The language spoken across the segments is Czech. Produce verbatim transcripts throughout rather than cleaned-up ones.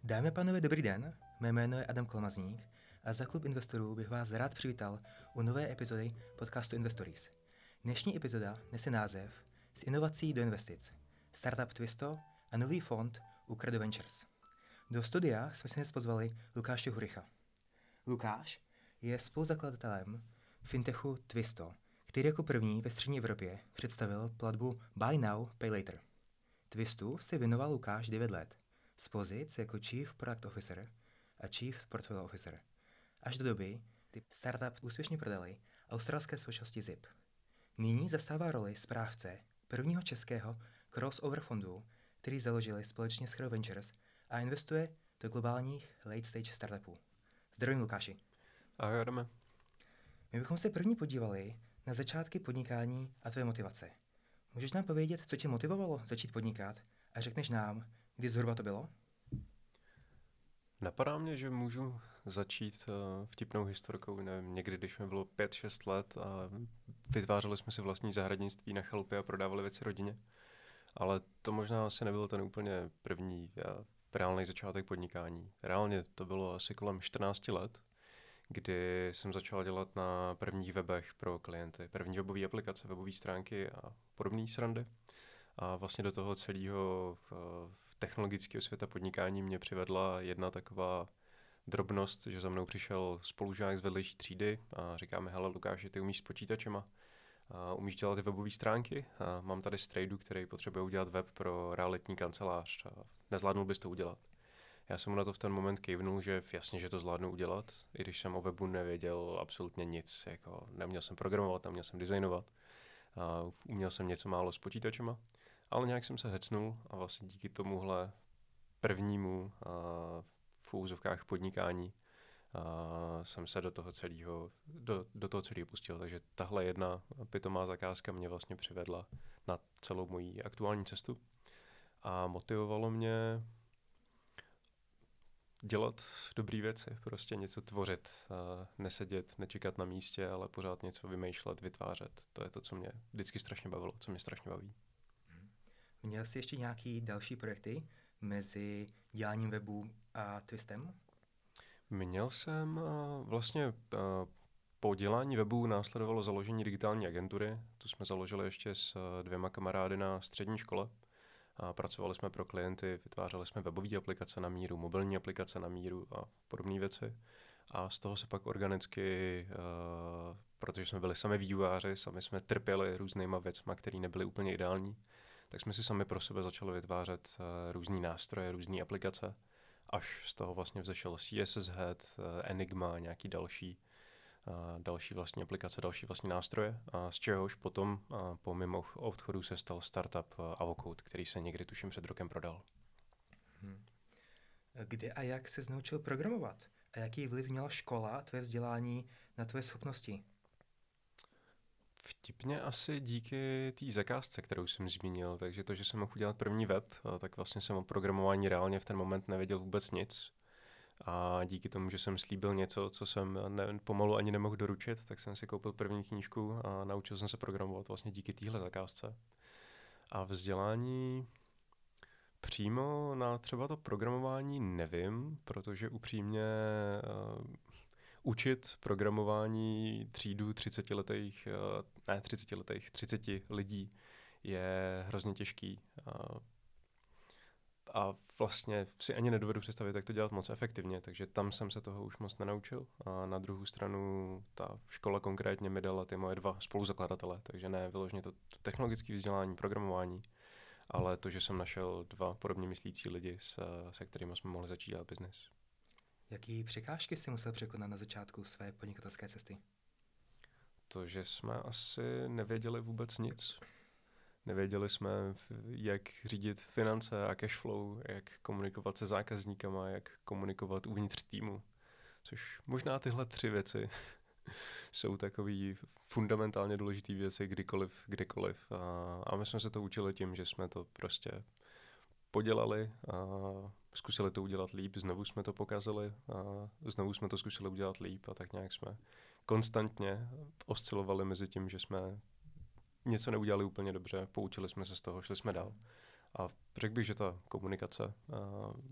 Dámy a pánové, dobrý den, mé jméno je Adam Klamazník a za klub investorů bych vás rád přivítal u nové epizody podcastu Investories. Dnešní epizoda nese název Z inovací do investic, startup Twisto a nový fond u Credo Ventures. Do studia jsme si dnes pozvali Lukáše Huricha. Lukáš je spoluzakladatelem fintechu Twisto, který jako první ve střední Evropě představil platbu Buy Now, Pay Later. Twistu se věnoval Lukáš devět let z pozic jako Chief Product Officer a Chief Portfolio Officer, až do doby, kdy startup úspěšně prodali australské společnosti Zip. Nyní zastává roli správce prvního českého crossover fondu, který založili společně s Credo Ventures a investuje do globálních late stage startupů. Zdravím, Lukáši. Ahoj, Adame. My bychom se první podívali na začátky podnikání a tvé motivace. Můžeš nám povědět, co tě motivovalo začít podnikat a řekneš nám, kdy zhruba to bylo? Napadá mě, že můžu začít uh, vtipnou historkou, nevím, někdy, když mi bylo pět šest let a vytvářeli jsme si vlastní zahradnictví na chalupě a prodávali věci rodině. Ale to možná asi nebyl ten úplně první uh, reálný začátek podnikání. Reálně to bylo asi kolem čtrnáct let, kdy jsem začal dělat na prvních webech pro klienty. První webové aplikace, webové stránky a podobné srandy. A vlastně do toho celého uh, technologického světa podnikání mě přivedla jedna taková drobnost, že za mnou přišel spolužák z vedlejší třídy a říká mi, hele Lukáši, ty umíš s počítačema, a umíš dělat ty webové stránky, a mám tady strejdu, který potřebuje udělat web pro realitní kancelář a nezvládnul bys to udělat. Já jsem mu na to v ten moment kejvnul, že jasně, že to zvládnu udělat, i když jsem o webu nevěděl absolutně nic, jako neuměl jsem programovat, neuměl jsem designovat, a uměl jsem něco málo s počítačema. Ale nějak jsem se hecnul a vlastně díky tomuhle prvnímu a v úzovkách podnikání a jsem se do toho celého do, do toho celého pustil. Takže tahle jedna pitomá zakázka mě vlastně přivedla na celou moji aktuální cestu a motivovalo mě dělat dobré věci, prostě něco tvořit, a nesedět, nečekat na místě, ale pořád něco vymýšlet, vytvářet. To je to, co mě vždycky strašně bavilo, co mě strašně baví. Měl jsi ještě nějaký další projekty mezi děláním webu a Twistem? Měl jsem vlastně po dělání webu následovalo založení digitální agentury. Tu jsme založili ještě s dvěma kamarády na střední škole. A pracovali jsme pro klienty, vytvářeli jsme webové aplikace na míru, mobilní aplikace na míru a podobné věci. A z toho se pak organicky, protože jsme byli sami vývojáři, sami jsme trpěli různýma věcma, které nebyly úplně ideální, tak jsme si sami pro sebe začali vytvářet uh, různý nástroje, různé aplikace, až z toho vlastně vzešel C S S Head, uh, Enigma, nějaký další, uh, další vlastní aplikace, další vlastní nástroje, a z čehož potom uh, po mimo odchodu se stal startup uh, Avocode, který se někdy tuším před rokem prodal. Hmm. Kde a jak ses naučil programovat? A jaký vliv měla škola, tvé vzdělání na tvoje schopnosti? Vtipně asi díky té zakázce, kterou jsem zmínil, takže to, že jsem mohl udělat první web, tak vlastně jsem o programování reálně v ten moment nevěděl vůbec nic. A díky tomu, že jsem slíbil něco, co jsem ne, pomalu ani nemohl doručit, tak jsem si koupil první knížku a naučil jsem se programovat vlastně díky téhle zakázce. A vzdělání přímo na třeba to programování nevím, protože upřímně uh, učit programování třídu třicetiletých, ne třicetiletých, třiceti lidí je hrozně těžký. A, a vlastně si ani nedovedu představit, jak to dělat moc efektivně, takže tam jsem se toho už moc nenaučil. A na druhou stranu ta škola konkrétně mi dala ty moje dva spoluzakladatele, takže ne vyloženě to technologické vzdělání, programování, ale to, že jsem našel dva podobně myslící lidi, se, se kterými jsme mohli začít dělat biznis. Jaký překážky jsi musel překonat na začátku své podnikatelské cesty? To, že jsme asi nevěděli vůbec nic. Nevěděli jsme, jak řídit finance a cash flow, jak komunikovat se zákazníkama, jak komunikovat uvnitř týmu. Což možná tyhle tři věci jsou takový fundamentálně důležité věci kdykoliv, kdekoliv. A, a my jsme se to učili tím, že jsme to prostě podělali a zkusili to udělat líp, znovu jsme to pokazili a znovu jsme to zkusili udělat líp a tak nějak jsme konstantně oscilovali mezi tím, že jsme něco neudělali úplně dobře, poučili jsme se z toho, šli jsme dál. A řekl bych, že ta komunikace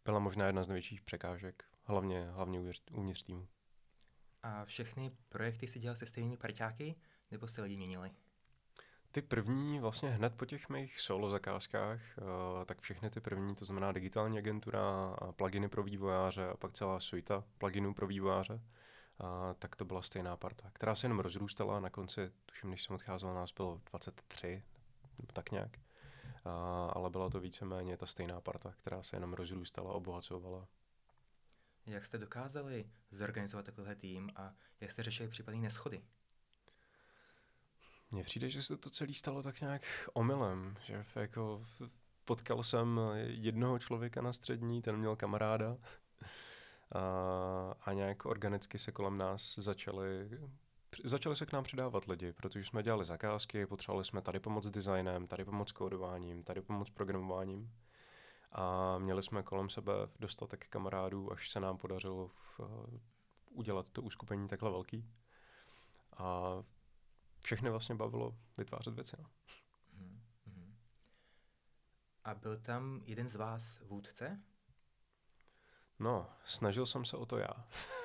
byla možná jedna z největších překážek, hlavně, hlavně uvnitř, uvnitř týmu. A všechny projekty si dělal se stejnými parťáky, nebo se lidi měnili? Ty první, vlastně hned po těch mých solo zakázkách, uh, tak všechny ty první, to znamená digitální agentura, a pluginy pro vývojáře a pak celá suita pluginů pro vývojáře, uh, tak to byla stejná parta, která se jenom rozrůstala. Na konci, tuším, když jsem odcházel, nás bylo dvacet tři, nebo tak nějak. Uh, ale byla to víceméně ta stejná parta, která se jenom rozrůstala, obohacovala. Jak jste dokázali zorganizovat takovýhle tým a jak jste řešili případné neshody? Mně přijde, že se to celé stalo tak nějak omylem, že jako potkal jsem jednoho člověka na střední, ten měl kamaráda a, a nějak organicky se kolem nás začali, začali se k nám přidávat lidi, protože jsme dělali zakázky, potřebovali jsme tady pomoct s designem, tady pomoct kódováním, tady pomoct programováním a měli jsme kolem sebe dostatek kamarádů, až se nám podařilo v, udělat to uskupení takhle velký. A všechny vlastně bavilo vytvářet věci. No. Mm-hmm. A byl tam jeden z vás vůdce? No, snažil jsem se o to já.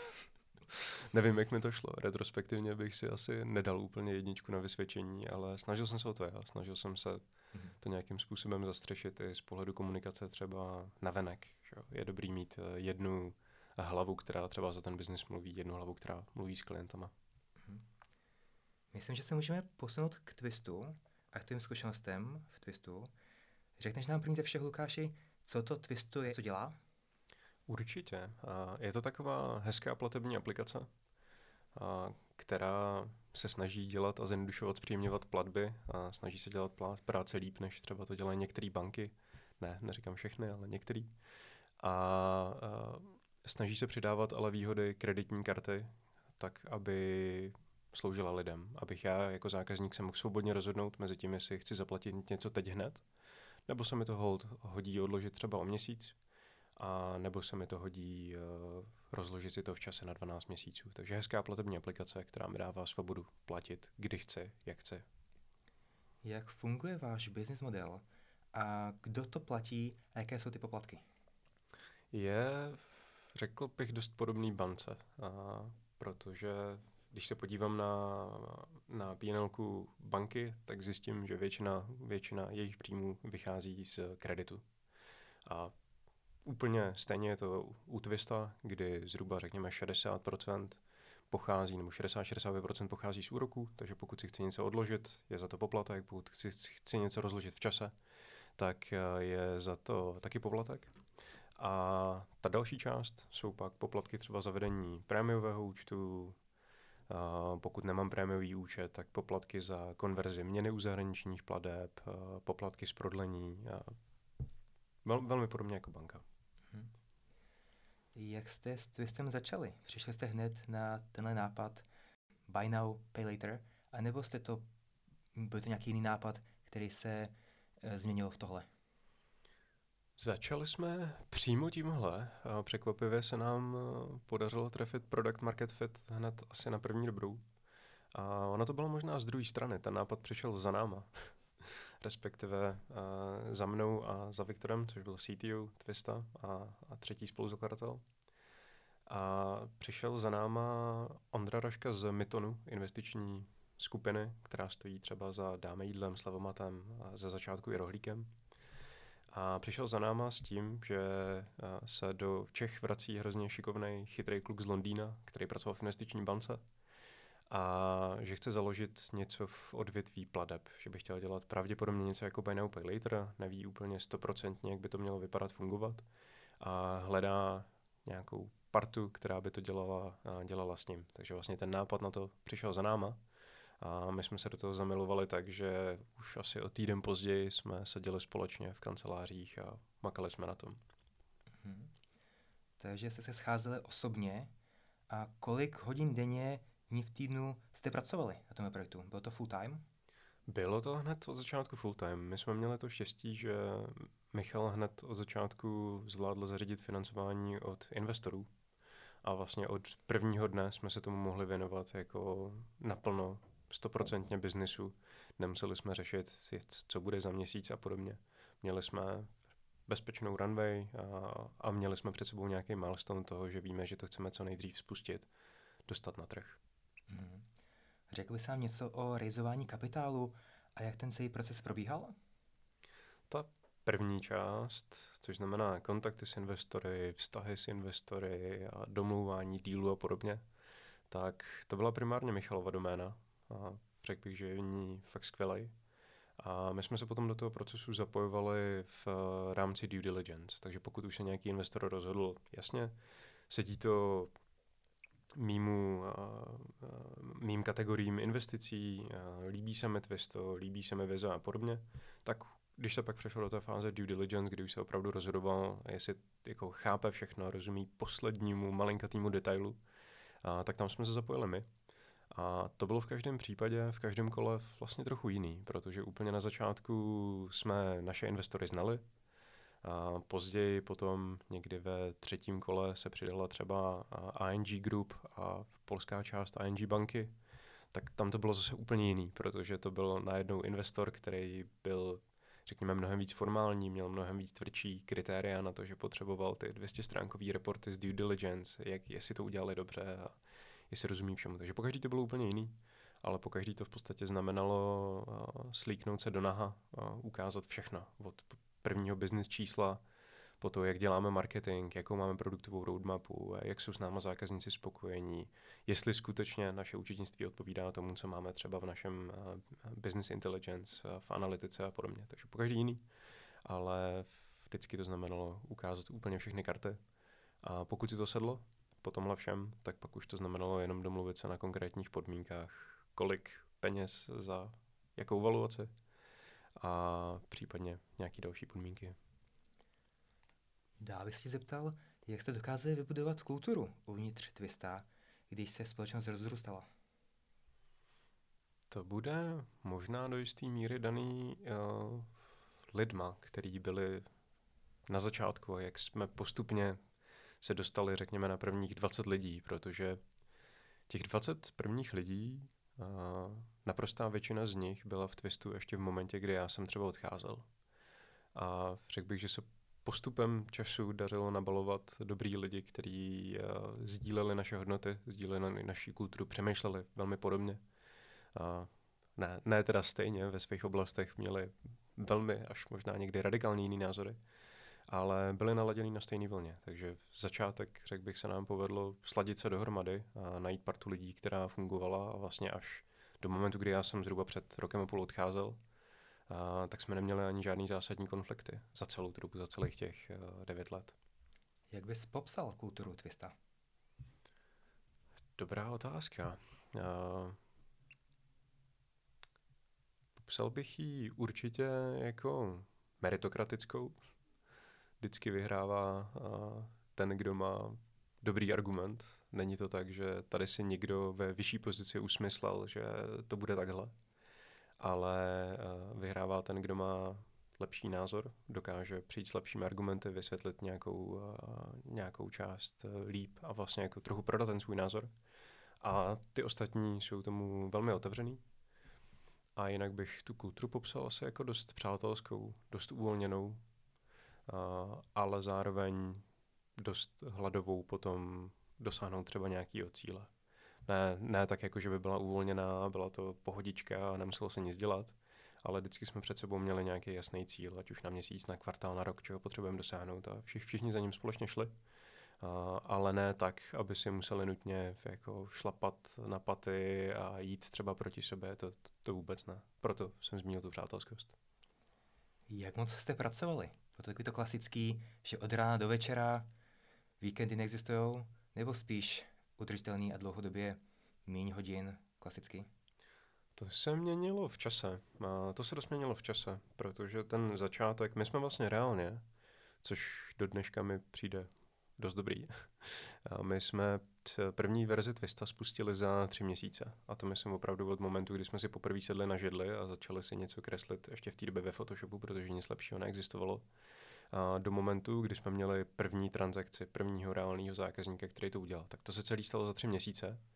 Nevím, jak mi to šlo. Retrospektivně bych si asi nedal úplně jedničku na vysvědčení, ale snažil jsem se o to já. Snažil jsem se mm-hmm. to nějakým způsobem zastřešit i z pohledu komunikace třeba navenek. Že? Je dobrý mít jednu hlavu, která třeba za ten biznis mluví, jednu hlavu, která mluví s klientama. Mm-hmm. Myslím, že se můžeme posunout k Twistu a k tvým zkušenostem v Twistu. Řekneš nám první ze všech, Lukáši, co to Twistu je, co dělá? Určitě. Je to taková hezká platební aplikace, která se snaží dělat a zjednodušovat, zpříjemňovat platby a snaží se dělat práce líp, než třeba to dělají některé banky. Ne, neříkám všechny, ale některé. A snaží se přidávat ale výhody kreditní karty, tak aby sloužila lidem, abych já jako zákazník se mohl svobodně rozhodnout mezi tím, jestli chci zaplatit něco teď hned, nebo se mi to hold hodí odložit třeba o měsíc, a nebo se mi to hodí uh, rozložit si to v čase na dvanáct měsíců. Takže hezká platební aplikace, která mi dává svobodu platit, kdy chci, jak chci. Jak funguje váš business model a kdo to platí a jaké jsou ty poplatky? Je, řekl bych, dost podobný bance, a protože když se podívám na, na P and L banky, tak zjistím, že většina, většina jejich příjmů vychází z kreditu. A úplně stejně je to u Twista, kdy zhruba řekněme šedesát procent pochází, nebo šedesát až šedesát pět procent pochází z úroků, takže pokud si chci něco odložit, je za to poplatek, pokud si chci něco rozložit v čase, tak je za to taky poplatek. A ta další část jsou pak poplatky třeba za vedení prémiového účtu. Uh, pokud nemám prémiový účet, tak poplatky za konverzi měny u zahraničních plateb, uh, poplatky z prodlení. Uh, vel, velmi podobně jako banka. Hmm. Jak jste s Twistem začali? Přišli jste hned na tenhle nápad Buy Now, Pay Later, anebo jste to, byl to nějaký jiný nápad, který se uh, změnil v tohle? Začali jsme přímo tímhle a překvapivě se nám podařilo trefit product market fit hned asi na první dobrou. A ono to bylo možná z druhé strany, ten nápad přišel za náma, respektive za mnou a za Viktorem, což byl C T O Twista a, a třetí spoluzakladatel. A přišel za náma Ondra Raška z Mytonu, investiční skupiny, která stojí třeba za Dáme jídlem, Slevomatem a ze začátku i Rohlíkem. A přišel za náma s tím, že se do Čech vrací hrozně šikovnej, chytrý kluk z Londýna, který pracoval v investiční bance a že chce založit něco v odvětví plateb, že by chtěl dělat pravděpodobně něco jako Buy Now, Pay Later, neví úplně stoprocentně, jak by to mělo vypadat, fungovat a hledá nějakou partu, která by to dělala, dělala s ním. Takže vlastně ten nápad na to přišel za náma. A my jsme se do toho zamilovali tak, že už asi o týden později jsme seděli společně v kancelářích a makali jsme na tom. Hmm. Takže jste se scházeli osobně a kolik hodin denně, dní v týdnu jste pracovali na tom projektu? Bylo to full time? Bylo to hned od začátku full time. My jsme měli to štěstí, že Michal hned od začátku zvládl zařídit financování od investorů. A vlastně od prvního dne jsme se tomu mohli věnovat jako naplno, stoprocentně biznisu. Nemuseli jsme řešit, co bude za měsíc a podobně. Měli jsme bezpečnou runway a, a měli jsme před sebou nějaký milestone toho, že víme, že to chceme co nejdřív spustit, dostat na trh. Hmm. Řekl bys nám něco o rejzování kapitálu a jak ten celý proces probíhal? Ta první část, což znamená kontakty s investory, vztahy s investory a domlouvání dílu a podobně, tak to byla primárně Michalova doména a řekl bych, že je v ní fakt skvělej. A my jsme se potom do toho procesu zapojovali v rámci due diligence, takže pokud už se nějaký investor rozhodl, jasně, sedí to mýmu, mým kategoriím investicí, líbí se mi Twisto, líbí se mi Viza a podobně, tak když se pak přešlo do té fáze due diligence, kdy už se opravdu rozhodoval, jestli jako chápe všechno, rozumí poslednímu malinkatýmu detailu, a tak tam jsme se zapojili my. A to bylo v každém případě, v každém kole vlastně trochu jiný, protože úplně na začátku jsme naše investory znali, a později potom někdy ve třetím kole se přidala třeba I N G Group a polská část I N G banky, tak tam to bylo zase úplně jiný, protože to byl najednou investor, který byl, řekněme, mnohem víc formální, měl mnohem víc tvrdší kritéria na to, že potřeboval ty dvě stě stránkový reporty z due diligence, jak, jestli to udělali dobře a jestli rozumí všemu. Takže pokaždý to bylo úplně jiný, ale pokaždý to v podstatě znamenalo uh, slíknout se do naha a uh, ukázat všechno. Od prvního business čísla, po to, jak děláme marketing, jakou máme produktovou roadmapu, jak jsou s náma zákazníci spokojení, jestli skutečně naše účetnictví odpovídá tomu, co máme třeba v našem uh, business intelligence, uh, v analytice a podobně. Takže pokaždý jiný, ale vždycky to znamenalo ukázat úplně všechny karty. A pokud si to sedlo, po tomhle všem, tak pak už to znamenalo jenom domluvit se na konkrétních podmínkách, kolik peněz za jakou valuaci a případně nějaké další podmínky. Dál bych se zeptal, jak jste dokázali vybudovat kulturu uvnitř Twista, když se společnost rozrůstala? To bude možná do jisté míry daný uh, lidma, který byli na začátku, jak jsme postupně se dostali, řekněme, na prvních dvacet lidí, protože těch dvacet prvních lidí, a naprostá většina z nich byla v Twistu ještě v momentě, kdy já jsem třeba odcházel. A řekl bych, že se postupem času dařilo nabalovat dobrý lidi, kteří sdíleli naše hodnoty, sdíleli naši kulturu, přemýšleli velmi podobně. A ne, ne teda stejně, ve svých oblastech měli velmi až možná někdy radikálně jiný názory, ale byli naladěni na stejné vlně. Takže začátek, řekl bych, se nám povedlo sladit se dohromady a najít partu lidí, která fungovala a vlastně až do momentu, kdy já jsem zhruba před rokem a půl odcházel, a tak jsme neměli ani žádný zásadní konflikty za celou tu dobu, za celých těch uh, devět let. Jak bys popsal kulturu Twista? Dobrá otázka. Uh, popsal bych ji určitě jako meritokratickou. Vždycky vyhrává uh, ten, kdo má dobrý argument. Není to tak, že tady si někdo ve vyšší pozici usmyslel, že to bude takhle, ale uh, vyhrává ten, kdo má lepší názor, dokáže přijít s lepšími argumenty, vysvětlit nějakou, uh, nějakou část uh, líp a vlastně jako trochu prodat ten svůj názor. A ty ostatní jsou tomu velmi otevřený. A jinak bych tu kulturu popsal asi jako dost přátelskou, dost uvolněnou, uh, ale zároveň dost hladovou potom dosáhnout třeba nějakého cíle. Ne, ne tak jako, že by byla uvolněná, byla to pohodička a nemuselo se nic dělat, ale vždycky jsme před sebou měli nějaký jasný cíl, ať už na měsíc, na kvartál, na rok, čeho potřebujeme dosáhnout a všich, všichni za ním společně šli. Uh, ale ne tak, aby si museli nutně jako šlapat na paty a jít třeba proti sobě, to, to, to vůbec ne. Proto jsem zmínil tu přátelskost. Jak moc jste pracovali? Je to takový to klasický, že od rána do večera víkendy neexistují, nebo spíš udržitelný a dlouhodobě míň hodin klasicky? To se měnilo v čase. A to se dost měnilo v čase, protože ten začátek, my jsme vlastně reálně, což do dneška mi přijde dost dobrý. A my jsme první verzi Twista spustili za tři měsíce. A to myslím opravdu od momentu, kdy jsme si poprvé sedli na židli a začali si něco kreslit ještě v té době ve Photoshopu, protože nic lepšího neexistovalo. A do momentu, kdy jsme měli první transakci, prvního reálného zákazníka, který to udělal. Tak to se celý stalo za tři měsíce.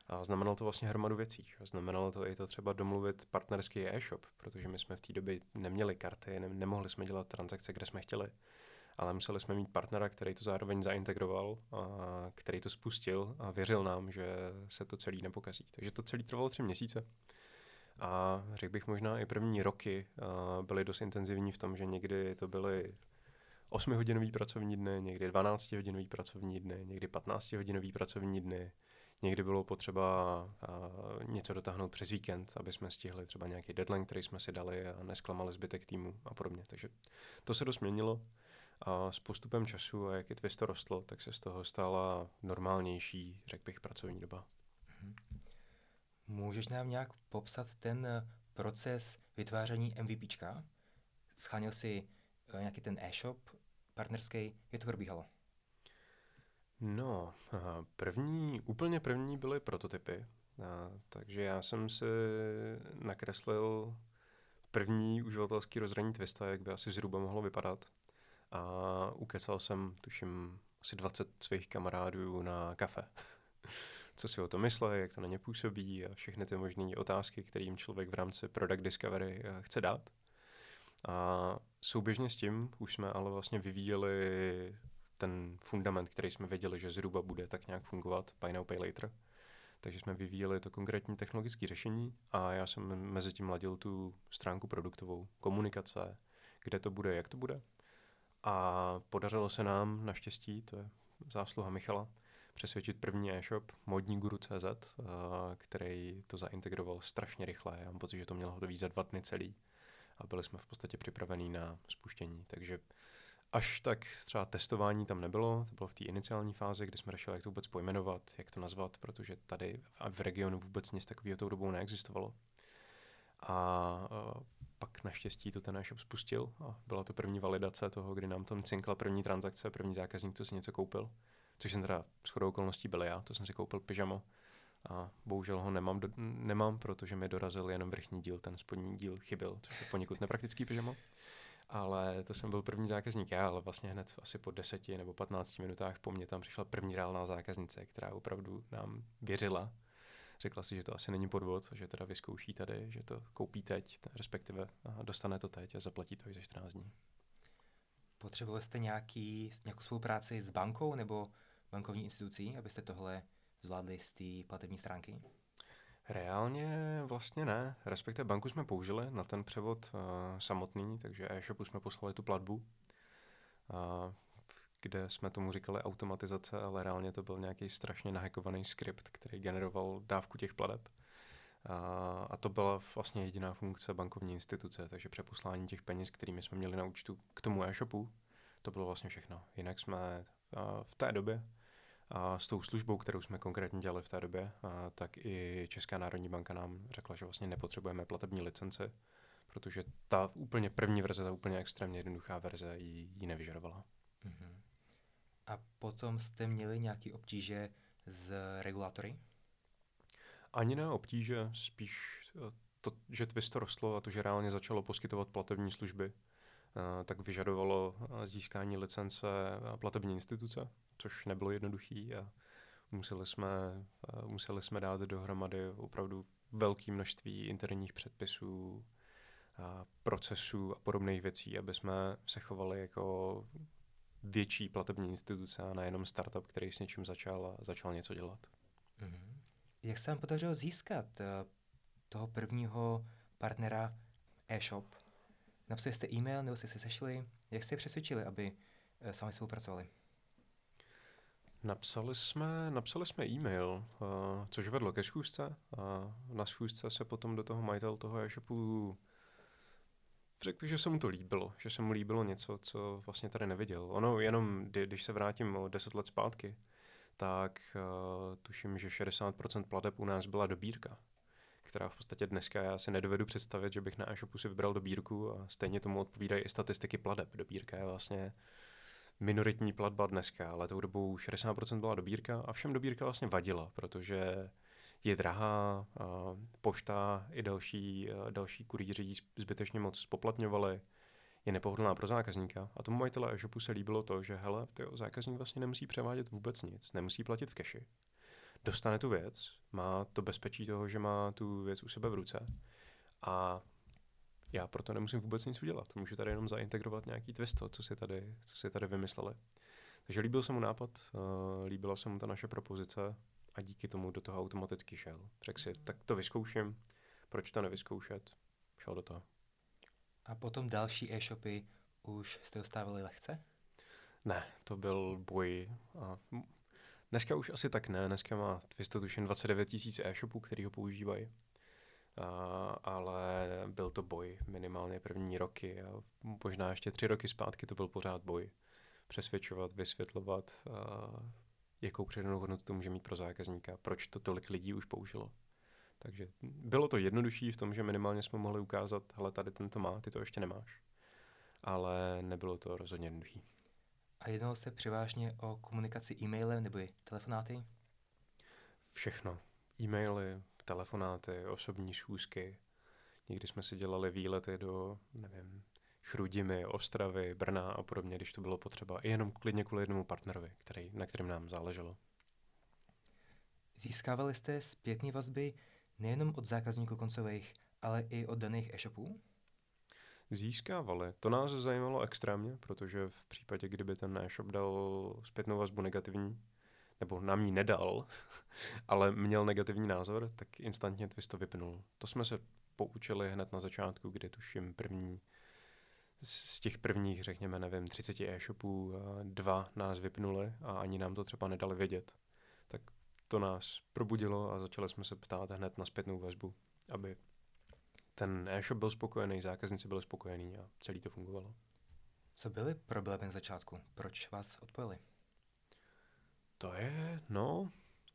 A znamenalo to vlastně hromadu věcí. Znamenalo to i to třeba domluvit partnerský e-shop, protože my jsme v té době neměli karty, ne- nemohli jsme dělat transakce, kde jsme chtěli, ale museli jsme mít partnera, který to zároveň zaintegroval, a který to spustil a věřil nám, že se to celý nepokazí. Takže to celý trvalo tři měsíce. A řekl bych možná i první roky byly dost intenzivní v tom, že někdy to byly osmihodinový pracovní dny, někdy dvanáctihodinový pracovní dny, někdy patnáctihodinový pracovní dny. Někdy bylo potřeba uh, něco dotáhnout přes víkend, aby jsme stihli třeba nějaký deadline, který jsme si dali a nesklamali zbytek týmu a podobně. Takže to se dost měnilo a s postupem času a jak i Twisto rostlo, tak se z toho stala normálnější, řekl bych, pracovní doba. Můžeš nám nějak popsat ten proces vytváření MVPčka? Scháněl si nějaký ten e-shop partnerský, jak to probíhalo? No, první, úplně první byly prototypy, a, takže já jsem si nakreslil první uživatelský rozhraní Twista, jak by asi zhruba mohlo vypadat, a ukecal jsem, tuším, asi dvacet svých kamarádů na kafe. Co si o to myslí, jak to na ně působí a všechny ty možné otázky, které jim člověk v rámci Product Discovery chce dát. A souběžně s tím už jsme ale vlastně vyvíjeli ten fundament, který jsme věděli, že zhruba bude tak nějak fungovat, Buy Now, Pay Later. Takže jsme vyvíjeli to konkrétní technologické řešení a já jsem mezi tím ladil tu stránku produktovou, komunikace, kde to bude, jak to bude. A podařilo se nám, naštěstí, to je zásluha Michala, přesvědčit první e-shop modniguru tečka cé zet, který to zaintegroval strašně rychle. Já mám pocit, že to mělo hotový za dva dny celý a byli jsme v podstatě připravení na spuštění. Takže až tak třeba testování tam nebylo, to bylo v té iniciální fázi, kdy jsme řešili, jak to vůbec pojmenovat, jak to nazvat, protože tady a v regionu vůbec nic takového tou dobou neexistovalo. A, a pak naštěstí to ten e-shop spustil a byla to první validace toho, kdy nám tam cinkla první transakce, první zákazník, co si něco koupil. Což jsem teda shodou okolností byl já, to jsem si koupil pyžamo a bohužel ho nemám, do, nemám, protože mi dorazil jenom vrchní díl, ten spodní díl chyběl, což je poněkud nepraktický pyžamo. Ale to jsem byl první zákazník já, ale vlastně hned asi po deseti nebo patnácti minutách po mně tam přišla první reálná zákaznice, která opravdu nám věřila. Řekla si, že to asi není podvod, že teda vyzkouší tady, že to koupí teď, respektive dostane to teď a zaplatí to až za čtrnáct dní. Potřebovali jste nějaký, nějakou spolupráci s bankou nebo bankovní institucí, abyste tohle zvládli z té platební stránky? Reálně vlastně ne, respektive banku jsme použili na ten převod uh, samotný, takže e-shopu jsme poslali tu platbu, uh, kde jsme tomu říkali automatizace, ale reálně to byl nějaký strašně nahackovaný skript, který generoval dávku těch plateb. Uh, a to byla vlastně jediná funkce bankovní instituce, takže přeposlání těch peněz, kterými jsme měli na účtu k tomu e-shopu, to bylo vlastně všechno. Jinak jsme uh, v té době a s tou službou, kterou jsme konkrétně dělali v té době, a tak i Česká národní banka nám řekla, že vlastně nepotřebujeme platební licenci, protože ta úplně první verze, ta úplně extrémně jednoduchá verze ji, ji nevyžadovala. Uh-huh. A potom jste měli nějaké obtíže s regulátory? Ani ne obtíže, spíš to, že Twisto rostlo a to, že reálně začalo poskytovat platební služby, tak vyžadovalo získání licence platební instituce, což nebylo jednoduchý a museli jsme, museli jsme dát dohromady opravdu velké množství interních předpisů, a procesů a podobných věcí, aby jsme se chovali jako větší platební instituce a nejenom startup, který s něčím začal a začal něco dělat. Mm-hmm. Jak se vám podařilo získat toho prvního partnera e-shop? Napsali jste e-mail, nebo jste se sešli? Jak jste je přesvědčili, aby s vámi spolupracovali? Napsali jsme, napsali jsme e-mail, uh, což vedlo ke schůzce. A na schůzce se potom do toho majitel toho e-shopu řekl bych, že se mu to líbilo, že se mu líbilo něco, co vlastně tady neviděl. Ono jenom, kdy, když se vrátím o deset let zpátky, tak uh, tuším, že šedesát procent plateb u nás byla dobírka, která v podstatě dneska já si nedovedu představit, že bych na e-shopu si vybral dobírku a stejně tomu odpovídají i statistiky plateb. Dobírka je vlastně minoritní platba dneska, ale tou dobou šedesát procent byla dobírka a všem dobírka vlastně vadila, protože je drahá, pošta i další, další kurýři ji zbytečně moc spoplatňovali, je nepohodlná pro zákazníka a tomu majitele e-shopu se líbilo to, že hele, tyjo, zákazník vlastně nemusí převádět vůbec nic, nemusí platit v keši. dostane tu věc, má to bezpečí toho, že má tu věc u sebe v ruce a já proto nemusím vůbec nic udělat. Můžu tady jenom zaintegrovat nějaký twist, co si tady, co si tady vymysleli. Takže líbil se mu nápad, uh, líbila se mu ta naše propozice a díky tomu do toho automaticky šel. Řekl si, tak to vyzkouším, proč to nevyzkoušet? Šel do toho. A potom další e-shopy už jste dostávali lehce? Ne, to byl boj. A dneska už asi tak ne, dneska má Twisto tuším dvacet devět tisíc e-shopů, který ho používají. A, ale byl to boj minimálně první roky a možná ještě tři roky zpátky to byl pořád boj. Přesvědčovat, vysvětlovat, a jakou přidanou hodnotu to může mít pro zákazníka, proč to tolik lidí už použilo. Takže bylo to jednodušší v tom, že minimálně jsme mohli ukázat, hele, tady ten to má, ty to ještě nemáš. Ale nebylo to rozhodně jednoduchý. A jednalo se převážně o komunikaci e-mailem nebo i telefonáty? Všechno. E-maily, telefonáty, osobní schůzky. Někdy jsme si dělali výlety do, nevím, Chrudimi, Ostravy, Brna a podobně, když to bylo potřeba. I jenom klidně kvůli jednomu partnerovi, který, na kterém nám záleželo. Získávali jste zpětné vazby nejenom od zákazníků koncových, ale i od daných e-shopů? Získávali. To nás zajímalo extrémně, protože v případě, kdyby ten e-shop dal zpětnou vazbu negativní, nebo nám ji nedal, ale měl negativní názor, tak instantně Twist to vypnul. To jsme se poučili hned na začátku, kdy tuším první, z těch prvních, řekněme, nevím, třicet e-shopů, dva nás vypnuli a ani nám to třeba nedali vědět. Tak to nás probudilo a začali jsme se ptát hned na zpětnou vazbu, aby ten e-shop byl spokojený, zákazníci byli spokojení a celý to fungovalo. Co byly problémy na začátku? Proč vás odpojili? To je, no,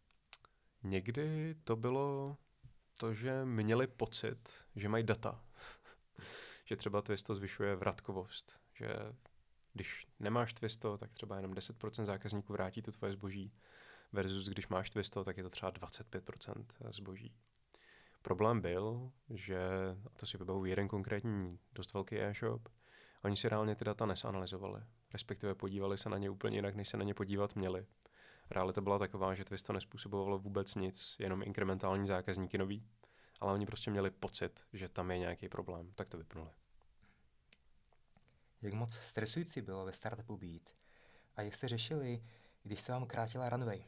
někdy to bylo to, že měli pocit, že mají data. Že třeba Twisto zvyšuje vratkovost. Že když nemáš Twisto, tak třeba jenom deset procent zákazníků vrátí to tvoje zboží. Versus když máš Twisto, tak je to třeba dvacet pět procent zboží. Problém byl, že, a to si vybavuji jeden konkrétní dost velký e-shop, oni si reálně ty data nesanalyzovali. Respektive podívali se na ně úplně jinak, než se na ně podívat měli. Realita byla taková, že Twisto nespůsobovalo vůbec nic, jenom inkrementální zákazníky nový, ale oni prostě měli pocit, že tam je nějaký problém, tak to vypnuli. Jak moc stresující bylo ve startupu být? A jak jste řešili, když se vám krátila runway?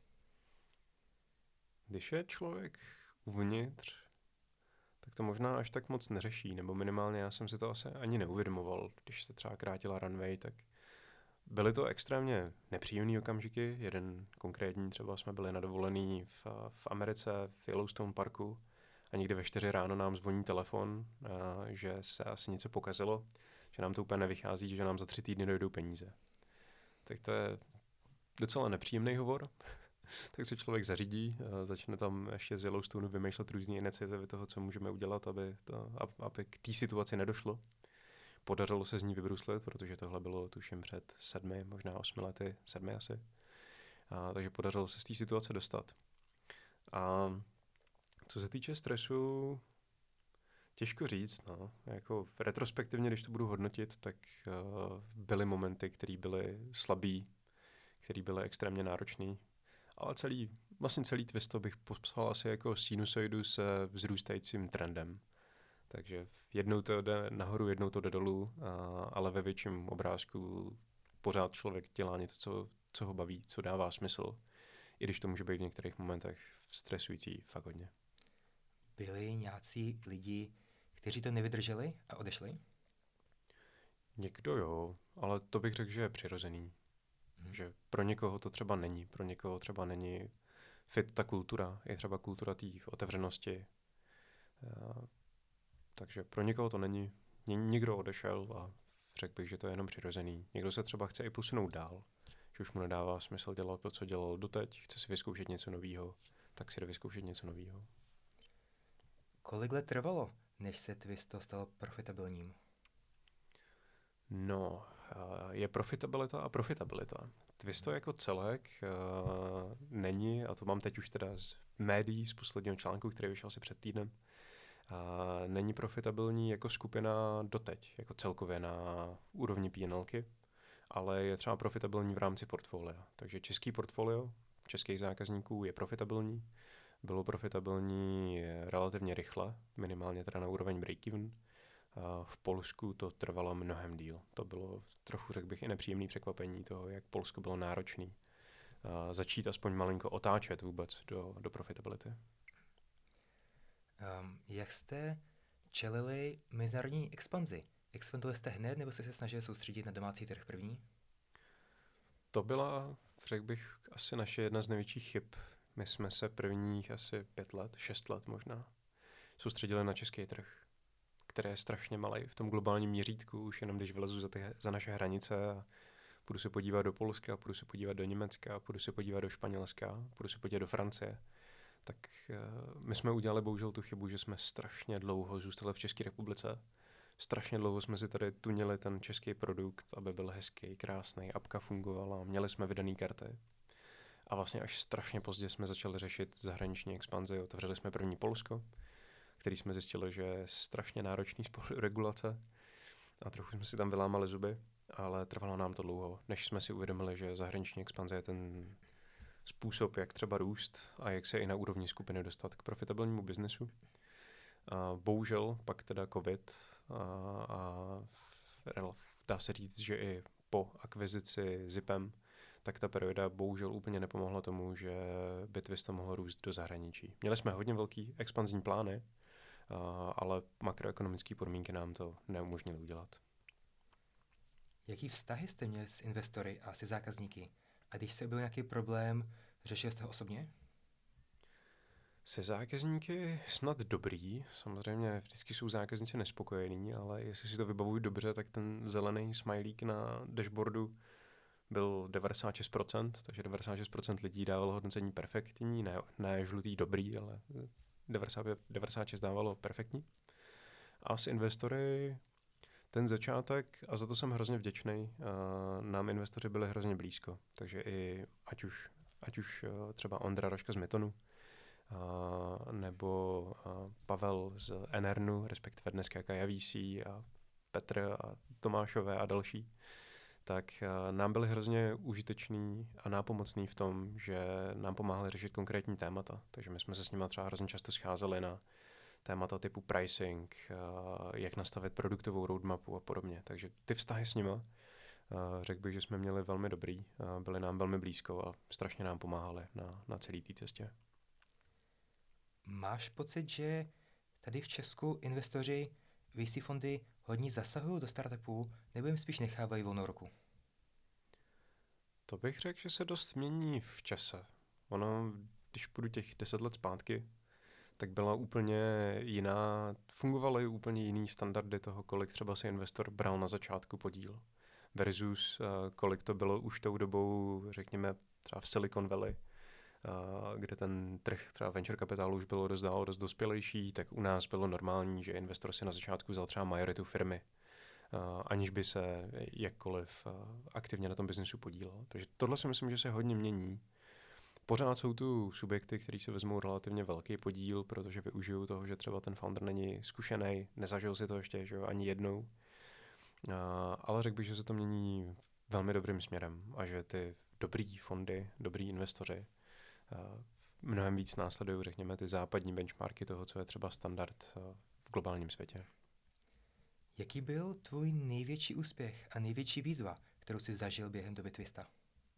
Když je člověk uvnitř, tak to možná až tak moc neřeší, nebo minimálně já jsem si to asi ani neuvědomoval, když se třeba krátila runway, tak byly to extrémně nepříjemné okamžiky. Jeden konkrétní, třeba jsme byli na dovolený v, v Americe, v Yellowstone parku a někdy ve čtyři ráno nám zvoní telefon, a, že se asi něco pokazilo, že nám to úplně nevychází, že nám za tři týdny dojdou peníze. Tak to je docela nepříjemný hovor. Tak se člověk zařídí, začne tam ještě z Yellowstoneu vymýšlet různé iniciativy toho, co můžeme udělat, aby, to, aby k té situaci nedošlo. Podařilo se z ní vybruslit, protože tohle bylo tuším před sedmi, možná osmi lety, sedmi asi. A, takže podařilo se z té situace dostat. A co se týče stresu, těžko říct. No. Jako retrospektivně, když to budu hodnotit, tak uh, byly momenty, které byly slabý, které byly extrémně náročný. Ale celý, vlastně celý Twisto bych popsal asi jako sinusoidu se vzrůstajícím trendem. Takže jednou to jde nahoru, jednou to jde dolů, a, ale ve větším obrázku pořád člověk dělá něco, co, co ho baví, co dává smysl. I když to může být v některých momentech stresující fakt hodně. Byli nějací lidi, kteří to nevydrželi a odešli? Někdo jo, ale to bych řekl, že je přirozený. Hmm. Že pro někoho to třeba není. Pro někoho třeba není fit ta kultura. Je třeba kultura té otevřenosti. A, takže pro někoho to není. Někdo odešel a řekl bych, že to je jenom přirozený. Někdo se třeba chce i posunout dál. Že už mu nedává smysl dělat to, co dělal doteď. Chce si vyzkoušet něco nového. Tak si jde vyzkoušet něco nového. Kolik let trvalo, než se Twisto stalo profitabilním? No, je profitabilita a profitabilita. Twisto jako celek uh, není, a to mám teď už teda z médií, z posledního článku, který vyšel asi před týdnem, uh, není profitabilní jako skupina doteď, jako celkově na úrovni P and L ky, ale je třeba profitabilní v rámci portfolia. Takže český portfolio, českých zákazníků je profitabilní. Bylo profitabilní relativně rychle, minimálně teda na úroveň break-even. V Polsku to trvalo mnohem díl. To bylo trochu, řekl bych, i nepříjemné překvapení toho, jak Polsko bylo náročný začít aspoň malinko otáčet vůbec do, do profitability. Um, jak jste čelili mezinárodní expanzi? Expandovali jste hned, nebo jste se snažili soustředit na domácí trh první? To byla, řekl bych, asi naše jedna z největších chyb. My jsme se prvních asi pět let, šest let možná, soustředili na český trh, který je strašně malý v tom globálním měřítku, už jenom když vylezu za, ty, za naše hranice a půjdu se podívat do Polska, půjdu se podívat do Německa, půjdu se podívat do Španělska, půjdu se podívat do Francie. Tak uh, my jsme udělali bohužel tu chybu, že jsme strašně dlouho zůstali v České republice. Strašně dlouho jsme si tady tunili ten český produkt, aby byl hezký, krásný, apka fungovala, měli jsme vydané karty. A vlastně až strašně pozdě jsme začali řešit zahraniční expanzi. Otevřeli jsme první Polsko, který jsme zjistili, že je strašně náročný z pohledu regulace a trochu jsme si tam vylámali zuby, ale trvalo nám to dlouho, než jsme si uvědomili, že zahraniční expanze je ten způsob, jak třeba růst a jak se i na úrovni skupiny dostat k profitabilnímu biznesu. A bohužel pak teda covid a, a dá se říct, že i po akvizici Zipem, tak ta perioda bohužel úplně nepomohla tomu, že Bitwist mohlo růst do zahraničí. Měli jsme hodně velký expanzní plány, Uh, ale makroekonomické podmínky nám to neumožnily udělat. Jaký vztahy jste měli s investory a se zákazníky? A když se byl nějaký problém, řešil jste ho osobně? Se zákazníky snad dobrý. Samozřejmě vždycky jsou zákazníci nespokojení, ale jestli si to vybavuju dobře, tak ten zelený smajlík na dashboardu byl devadesát šest procent, takže devadesát šest procent lidí dávalo hodnocení perfektní, ne, ne žlutý dobrý, ale devadesát pět, devadesát šest dávalo perfektní. A s investory ten začátek, a za to jsem hrozně vděčný, nám investoři byli hrozně blízko. Takže i ať už, ať už třeba Ondra Rožka z Metonu, nebo Pavel z Enernu, respektive dneska Kaja V C a Petr a Tomášové a další, tak nám byli hrozně užiteční a nápomocní v tom, že nám pomáhali řešit konkrétní témata. Takže my jsme se s nimi třeba hrozně často scházeli na témata typu pricing, jak nastavit produktovou roadmapu a podobně. Takže ty vztahy s nimi, řekl bych, že jsme měli velmi dobrý, byli nám velmi blízko a strašně nám pomáhali na, na celé té cestě. Máš pocit, že tady v Česku investoři V C fondy hodně zasahují do startupů, nebo jim spíš nechávají volnou ruku? To bych řekl, že se dost mění v čase. Ono, když půjdu těch deset let zpátky, tak byla úplně jiná, fungovaly úplně jiný standardy toho, kolik třeba si investor bral na začátku podíl. Versus uh, kolik to bylo už tou dobou, řekněme, třeba v Silicon Valley, uh, kde ten trh třeba venture kapitálu už bylo dost dál, dost dospělejší, tak u nás bylo normální, že investor si na začátku vzal třeba majoritu firmy, uh, aniž by se jakkoliv uh, aktivně na tom biznesu podílel. Takže tohle si myslím, že se hodně mění. Pořád jsou tu subjekty, kteří si vezmou relativně velký podíl, protože využijou toho, že třeba ten founder není zkušený, nezažil si to ještě, že jo, ani jednou. Uh, ale řekl bych, že se to mění velmi dobrým směrem a že ty dobrý fondy, dobrý investoři uh, mnohem víc následují, řekněme, ty západní benchmarky toho, co je třeba standard uh, v globálním světě. Jaký byl tvůj největší úspěch a největší výzva, kterou jsi zažil během doby Twista?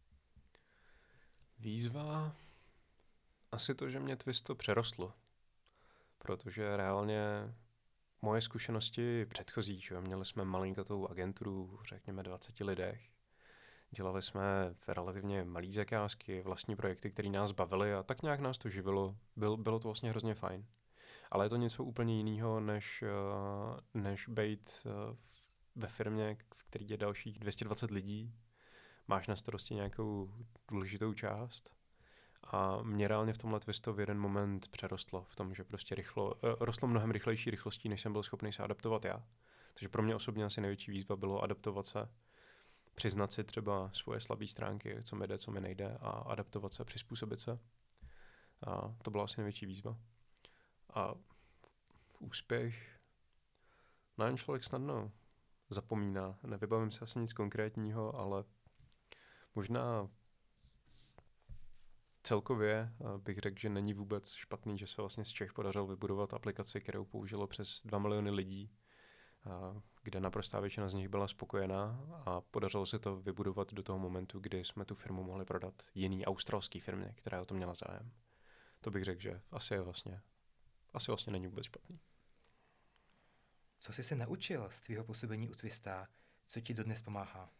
Výzva? Asi to, že mě Twisto přerostlo. Protože reálně moje zkušenosti předchozí, že měli jsme malinkatou agenturu, řekněme dvaceti lidech. Dělali jsme relativně malý zakázky, vlastní projekty, které nás bavily a tak nějak nás to živilo. Byl, bylo to vlastně hrozně fajn. Ale je to něco úplně jiného, než, než být ve firmě, v které je dalších dvě stě dvacet lidí. Máš na starosti nějakou důležitou část. A mě reálně v tomhle Twisto v jeden moment přerostlo v tom, že prostě rychlo, rostlo mnohem rychlejší rychlostí, než jsem byl schopný se adaptovat já. Takže pro mě osobně asi největší výzva bylo adaptovat se, přiznat si třeba svoje slabé stránky, co mi jde, co mi nejde a adaptovat se, přizpůsobit se. A to byla asi největší výzva. A v úspěch na jen člověk snadno zapomíná. Nevybavím se asi nic konkrétního, ale možná celkově bych řekl, že není vůbec špatný, že se vlastně z Čech podařilo vybudovat aplikaci, kterou použilo přes dva miliony lidí, kde naprostá většina z nich byla spokojená a podařilo se to vybudovat do toho momentu, kdy jsme tu firmu mohli prodat jiný australský firmě, která o to měla zájem. To bych řekl, že asi je vlastně, asi vlastně není vůbec špatný. Co jsi se naučil z tvýho působení u Twista, co ti dodnes pomáhá?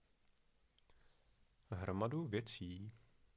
Hromadu věcí.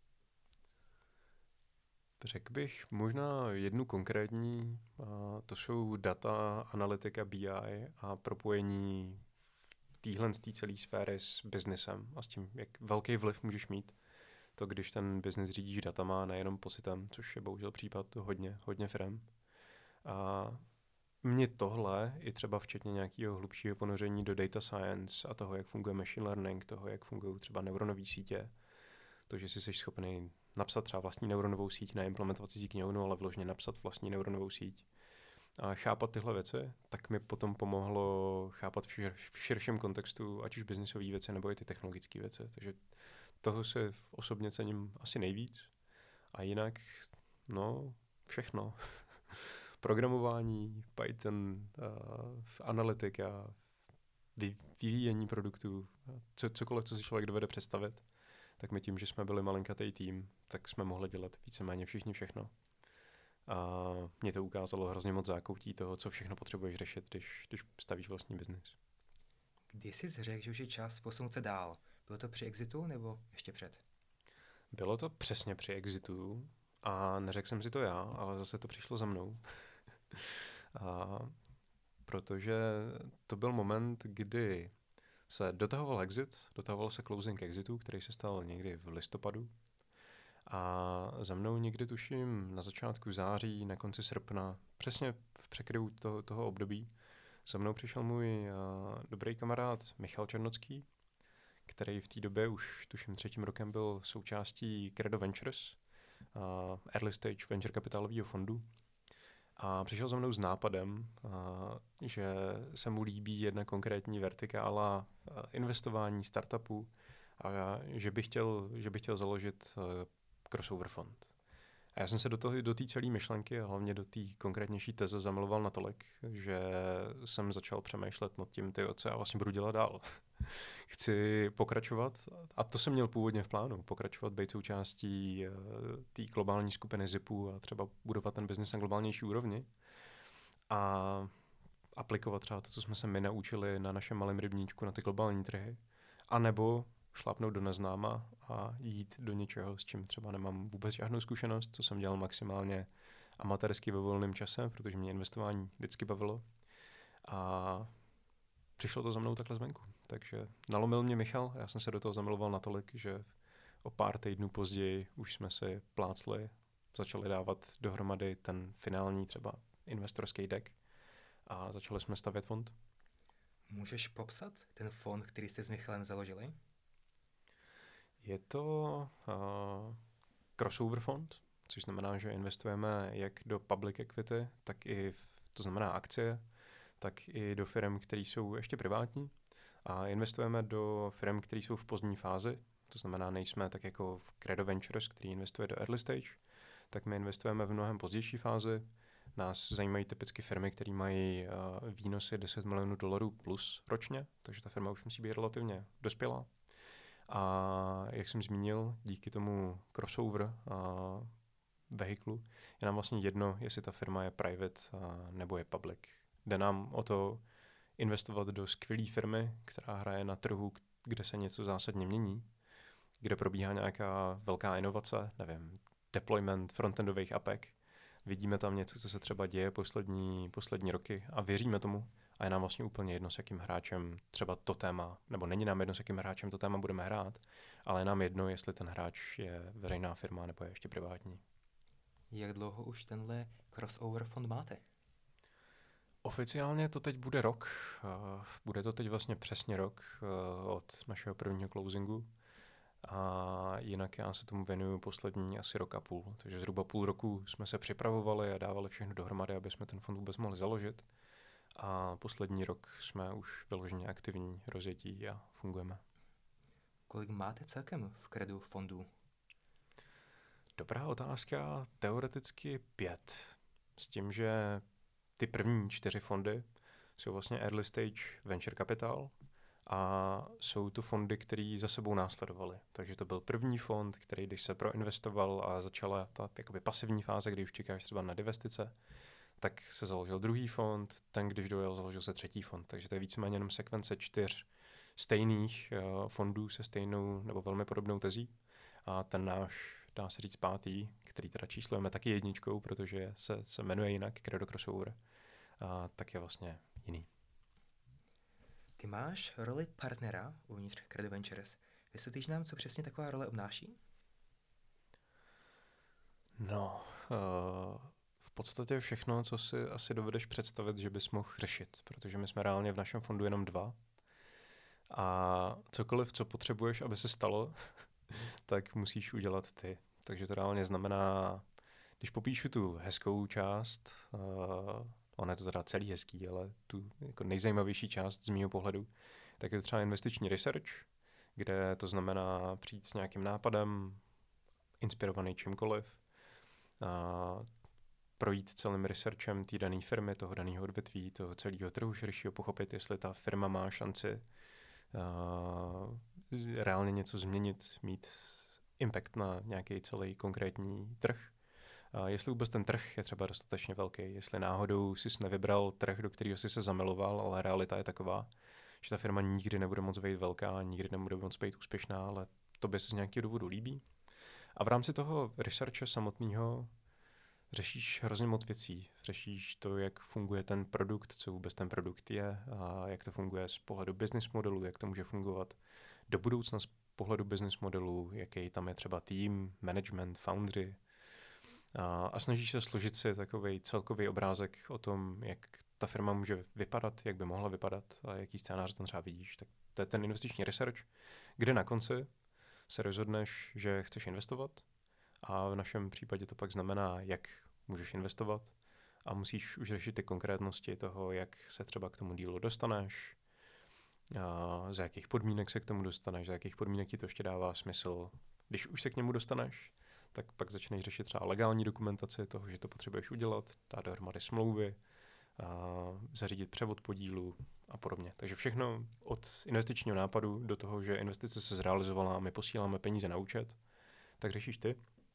Řekl bych možná jednu konkrétní, a to jsou data, analytika, B I a propojení téhle celé sféry s biznesem a s tím, jak velký vliv můžeš mít. To, když ten biznes řídíš datama, nejenom pocitem, což je bohužel případ hodně, hodně firem. A mě tohle, i třeba včetně nějakého hlubšího ponoření do data science a toho, jak funguje machine learning, toho, jak fungují třeba neuronové sítě, to, že jsi schopný napsat třeba vlastní neuronovou síť, neimplementovat si knihovnu, ale vložně napsat vlastní neuronovou síť a chápat tyhle věci, tak mi potom pomohlo chápat v, šir, v širším kontextu, ať už biznisové věci, nebo i ty technologické věci. Takže toho si osobně cením asi nejvíc. A jinak, no, všechno. Programování, Python, uh, analytika, vyvíjení produktů, co, cokoliv, co si člověk dovede představit, tak my tím, že jsme byli malinkatý tým, tak jsme mohli dělat víceméně všichni všechno. A mě to ukázalo hrozně moc zákoutí toho, co všechno potřebuješ řešit, když, když stavíš vlastní biznis. Kdy jsi řekl, že už je čas posunout se dál? Bylo to při exitu nebo ještě před? Bylo to přesně při exitu a neřekl jsem si to já, ale zase to přišlo za mnou. a protože to byl moment, kdy se dotahoval exit, dotahoval se closing exitu, který se stal někdy v listopadu. A za mnou někdy tuším na začátku září, na konci srpna, přesně v překryvu toho, toho období, za mnou přišel můj uh, dobrý kamarád Michal Černocký, který v té době už tuším třetím rokem byl součástí Credo Ventures, uh, early stage venture kapitálového fondu. A přišel za mnou s nápadem, uh, že se mu líbí jedna konkrétní vertikála uh, investování startupů a že by chtěl, že by chtěl založit uh, crossover fond. A já jsem se do toho, do té celé myšlenky a hlavně do té konkrétnější teze zamiloval natolik, že jsem začal přemýšlet nad tím, tyjo, co já vlastně budu dělat dál. Chci pokračovat, a to jsem měl původně v plánu, pokračovat, být součástí uh, té globální skupiny Zipu a třeba budovat ten biznis na globálnější úrovni a aplikovat třeba to, co jsme se my naučili na našem malém rybníčku na ty globální trhy, anebo šlápnout do neznáma a jít do něčeho, s čím třeba nemám vůbec žádnou zkušenost, co jsem dělal maximálně amatérsky ve volném čase, protože mě investování vždycky bavilo. A přišlo to za mnou takhle zvenku. Takže nalomil mě Michal, já jsem se do toho zamiloval natolik, že o pár týdnů později už jsme si plácli, začali dávat dohromady ten finální třeba investorský deck a začali jsme stavět fond. Můžeš popsat ten fond, který jste s Michalem založili? Je to uh, crossover fond, což znamená, že investujeme jak do public equity, tak i, v, to znamená akcie, tak i do firm, které jsou ještě privátní. A investujeme do firm, které jsou v pozdní fázi, to znamená, nejsme tak jako v Credo Ventures, který investuje do early stage, tak my investujeme v mnohem pozdější fázi. Nás zajímají typicky firmy, které mají uh, výnosy deset milionů dolarů plus ročně, takže ta firma už musí být relativně dospělá. A jak jsem zmínil, díky tomu crossover uh, vehiklu je nám vlastně jedno, jestli ta firma je private uh, nebo je public. Jde nám o to investovat do skvělé firmy, která hraje na trhu, kde se něco zásadně mění, kde probíhá nějaká velká inovace, nevím, deployment frontendových apek. Vidíme tam něco, co se třeba děje poslední, poslední roky a věříme tomu. A je nám vlastně úplně jedno, s jakým hráčem třeba to téma, nebo není nám jedno, s jakým hráčem to téma budeme hrát, ale je nám jedno, jestli ten hráč je veřejná firma nebo je ještě privátní. Jak dlouho už tenhle crossover fond máte? Oficiálně to teď bude rok. Bude to teď vlastně přesně rok od našeho prvního closingu. A jinak já se tomu věnuju poslední asi rok a půl. Takže zhruba půl roku jsme se připravovali a dávali všechno dohromady, aby jsme ten fond vůbec mohli založit. A poslední rok jsme už vyloženě aktivní, rozjetí a fungujeme. Kolik máte celkem v Credu fondů? Dobrá otázka, teoreticky pět. S tím, že ty první čtyři fondy jsou vlastně early stage venture capital a jsou to fondy, které za sebou následovaly. Takže to byl první fond, který když se proinvestoval a začala ta jakoby pasivní fáze, kdy už čekáš třeba na investice, tak se založil druhý fond, ten když dojel, založil se třetí fond. Takže to je víceméně jenom sekvence čtyř stejných uh, fondů se stejnou nebo velmi podobnou tezí. A ten náš, dá se říct pátý, který teda číslujeme taky jedničkou, protože se, se jmenuje jinak, Credo Crossover, a tak je vlastně jiný. Ty máš roli partnera uvnitř Credo Ventures. Vysvětlíš nám, co přesně taková role obnáší? No, uh, v podstatě všechno, co si asi dovedeš představit, že bys mohl řešit, protože my jsme reálně v našem fondu jenom dva. A cokoliv, co potřebuješ, aby se stalo, tak musíš udělat ty. Takže to reálně znamená, když popíšu tu hezkou část, uh, on je to teda celý hezký, ale tu jako nejzajímavější část z mýho pohledu, tak je to třeba investiční research, kde to znamená přijít s nějakým nápadem, inspirovaný čímkoliv, a projít celým researchem té dané firmy, toho daného odvětví, toho celého trhu širšího, pochopit, jestli ta firma má šanci uh, reálně něco změnit, mít impact na nějaký celý konkrétní trh. Uh, jestli vůbec ten trh je třeba dostatečně velký, jestli náhodou jsi nevybral trh, do kterého jsi se zamiloval, ale realita je taková, že ta firma nikdy nebude moc být velká, nikdy nebude moc být úspěšná, ale tobě se z nějakého důvodu líbí. A v rámci toho researche samotného řešíš hrozně moc věcí. Řešíš to, jak funguje ten produkt, co vůbec ten produkt je, a jak to funguje z pohledu business modelu, jak to může fungovat do budoucna z pohledu business modelu, jaký tam je třeba tým, management, foundry. A, a snažíš se složit si takový celkový obrázek o tom, jak ta firma může vypadat, jak by mohla vypadat a jaký scénář tam třeba vidíš. Tak to je ten investiční research, kde na konci se rozhodneš, že chceš investovat, a v našem případě to pak znamená, jak můžeš investovat, a musíš už řešit ty konkrétnosti toho, jak se třeba k tomu dílu dostaneš, a za jakých podmínek se k tomu dostaneš, za jakých podmínek ti to ještě dává smysl. Když už se k němu dostaneš, tak pak začneš řešit třeba legální dokumentaci toho, že to potřebuješ udělat, dát dohromady smlouvy, a zařídit převod podílu a podobně. Takže všechno od investičního nápadu do toho, že investice se zrealizovala a my posíláme peníze na účet, tak řešíš ty.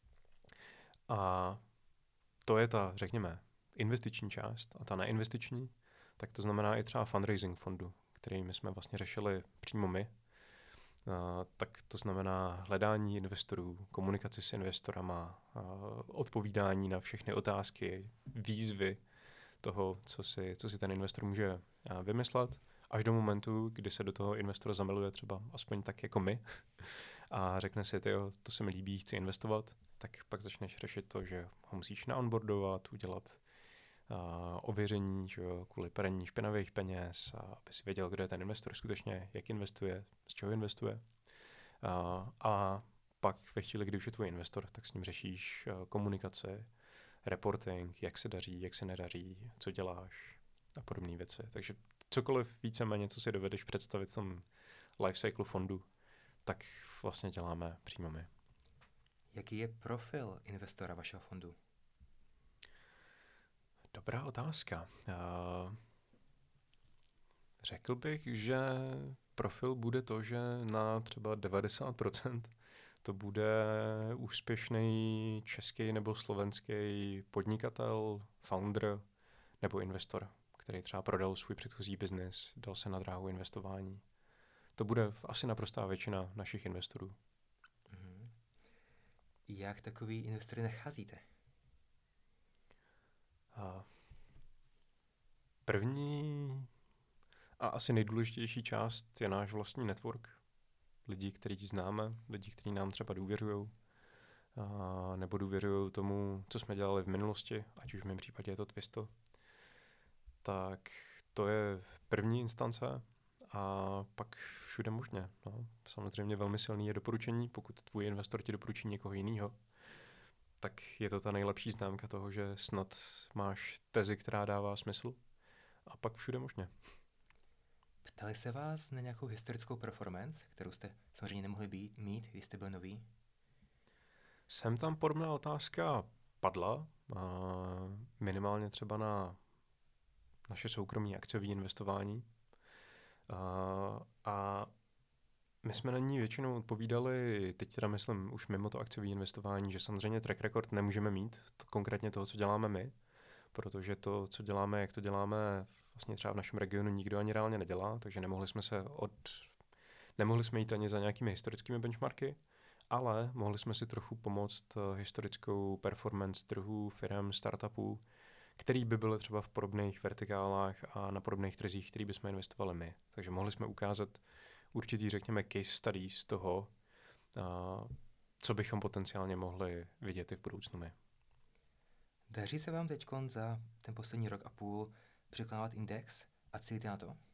A to je ta, řekněme, investiční část. A ta neinvestiční, tak to znamená i třeba fundraising fondu, který my jsme vlastně řešili přímo my. A tak to znamená hledání investorů, komunikaci s investorama, odpovídání na všechny otázky, výzvy toho, co si, co si ten investor může vymyslet, až do momentu, kdy se do toho investora zamiluje třeba aspoň tak jako my a řekne si, tyjo, to se mi líbí, chci investovat, tak pak začneš řešit to, že ho musíš naonboardovat, udělat uh, ověření, že jo, kvůli praní špinavých peněz, a aby si věděl, kdo je ten investor skutečně, jak investuje, z čeho investuje. Uh, a pak ve chvíli, kdy už je tvůj investor, tak s ním řešíš uh, komunikaci, reporting, jak se daří, jak se nedaří, co děláš a podobné věci. Takže cokoliv víceméně, co si dovedeš představit v tom lifecycle fondu, tak vlastně děláme přímo my. Jaký je profil investora vašeho fondu? Dobrá otázka. Uh, řekl bych, že profil bude to, že na třeba devadesát procent to bude úspěšný český nebo slovenský podnikatel, founder nebo investor, který třeba prodal svůj předchozí biznis, dal se na dráhu investování. To bude asi naprostá většina našich investorů. Mhm. Jak takový investory nacházíte? A první a asi nejdůležitější část je náš vlastní network. Lidi, který známe, lidi, kteří nám třeba důvěřují, nebo důvěřují tomu, co jsme dělali v minulosti, ať už v mém případě je to Twisto. Tak to je první instance a pak všude možně. No. Samozřejmě velmi silný je doporučení, pokud tvůj investor ti doporučí někoho jiného, tak je to ta nejlepší známka toho, že snad máš tezi, která dává smysl, a pak všude možně. Ptali se vás na nějakou historickou performance, kterou jste samozřejmě nemohli být, mít, když jste byl nový? Sem tam podobná otázka padla, minimálně třeba na naše soukromé akciové investování. A my jsme na ní většinou odpovídali, teď teda myslím už mimo to akciové investování, že samozřejmě track record nemůžeme mít, to konkrétně toho, co děláme my, protože to, co děláme, jak to děláme, vlastně třeba v našem regionu nikdo ani reálně nedělá, takže nemohli jsme se od... Nemohli jsme jít ani za nějakými historickými benchmarky, ale mohli jsme si trochu pomoct historickou performance trhů, firem, startupů, který by byly třeba v podobných vertikálách a na podobných trzích, který bychom investovali my. Takže mohli jsme ukázat určitý, řekněme, case studies z toho, co bychom potenciálně mohli vidět i v budoucnu my. Daří se vám teď za ten poslední rok a půl překonávat index a cílíte na to?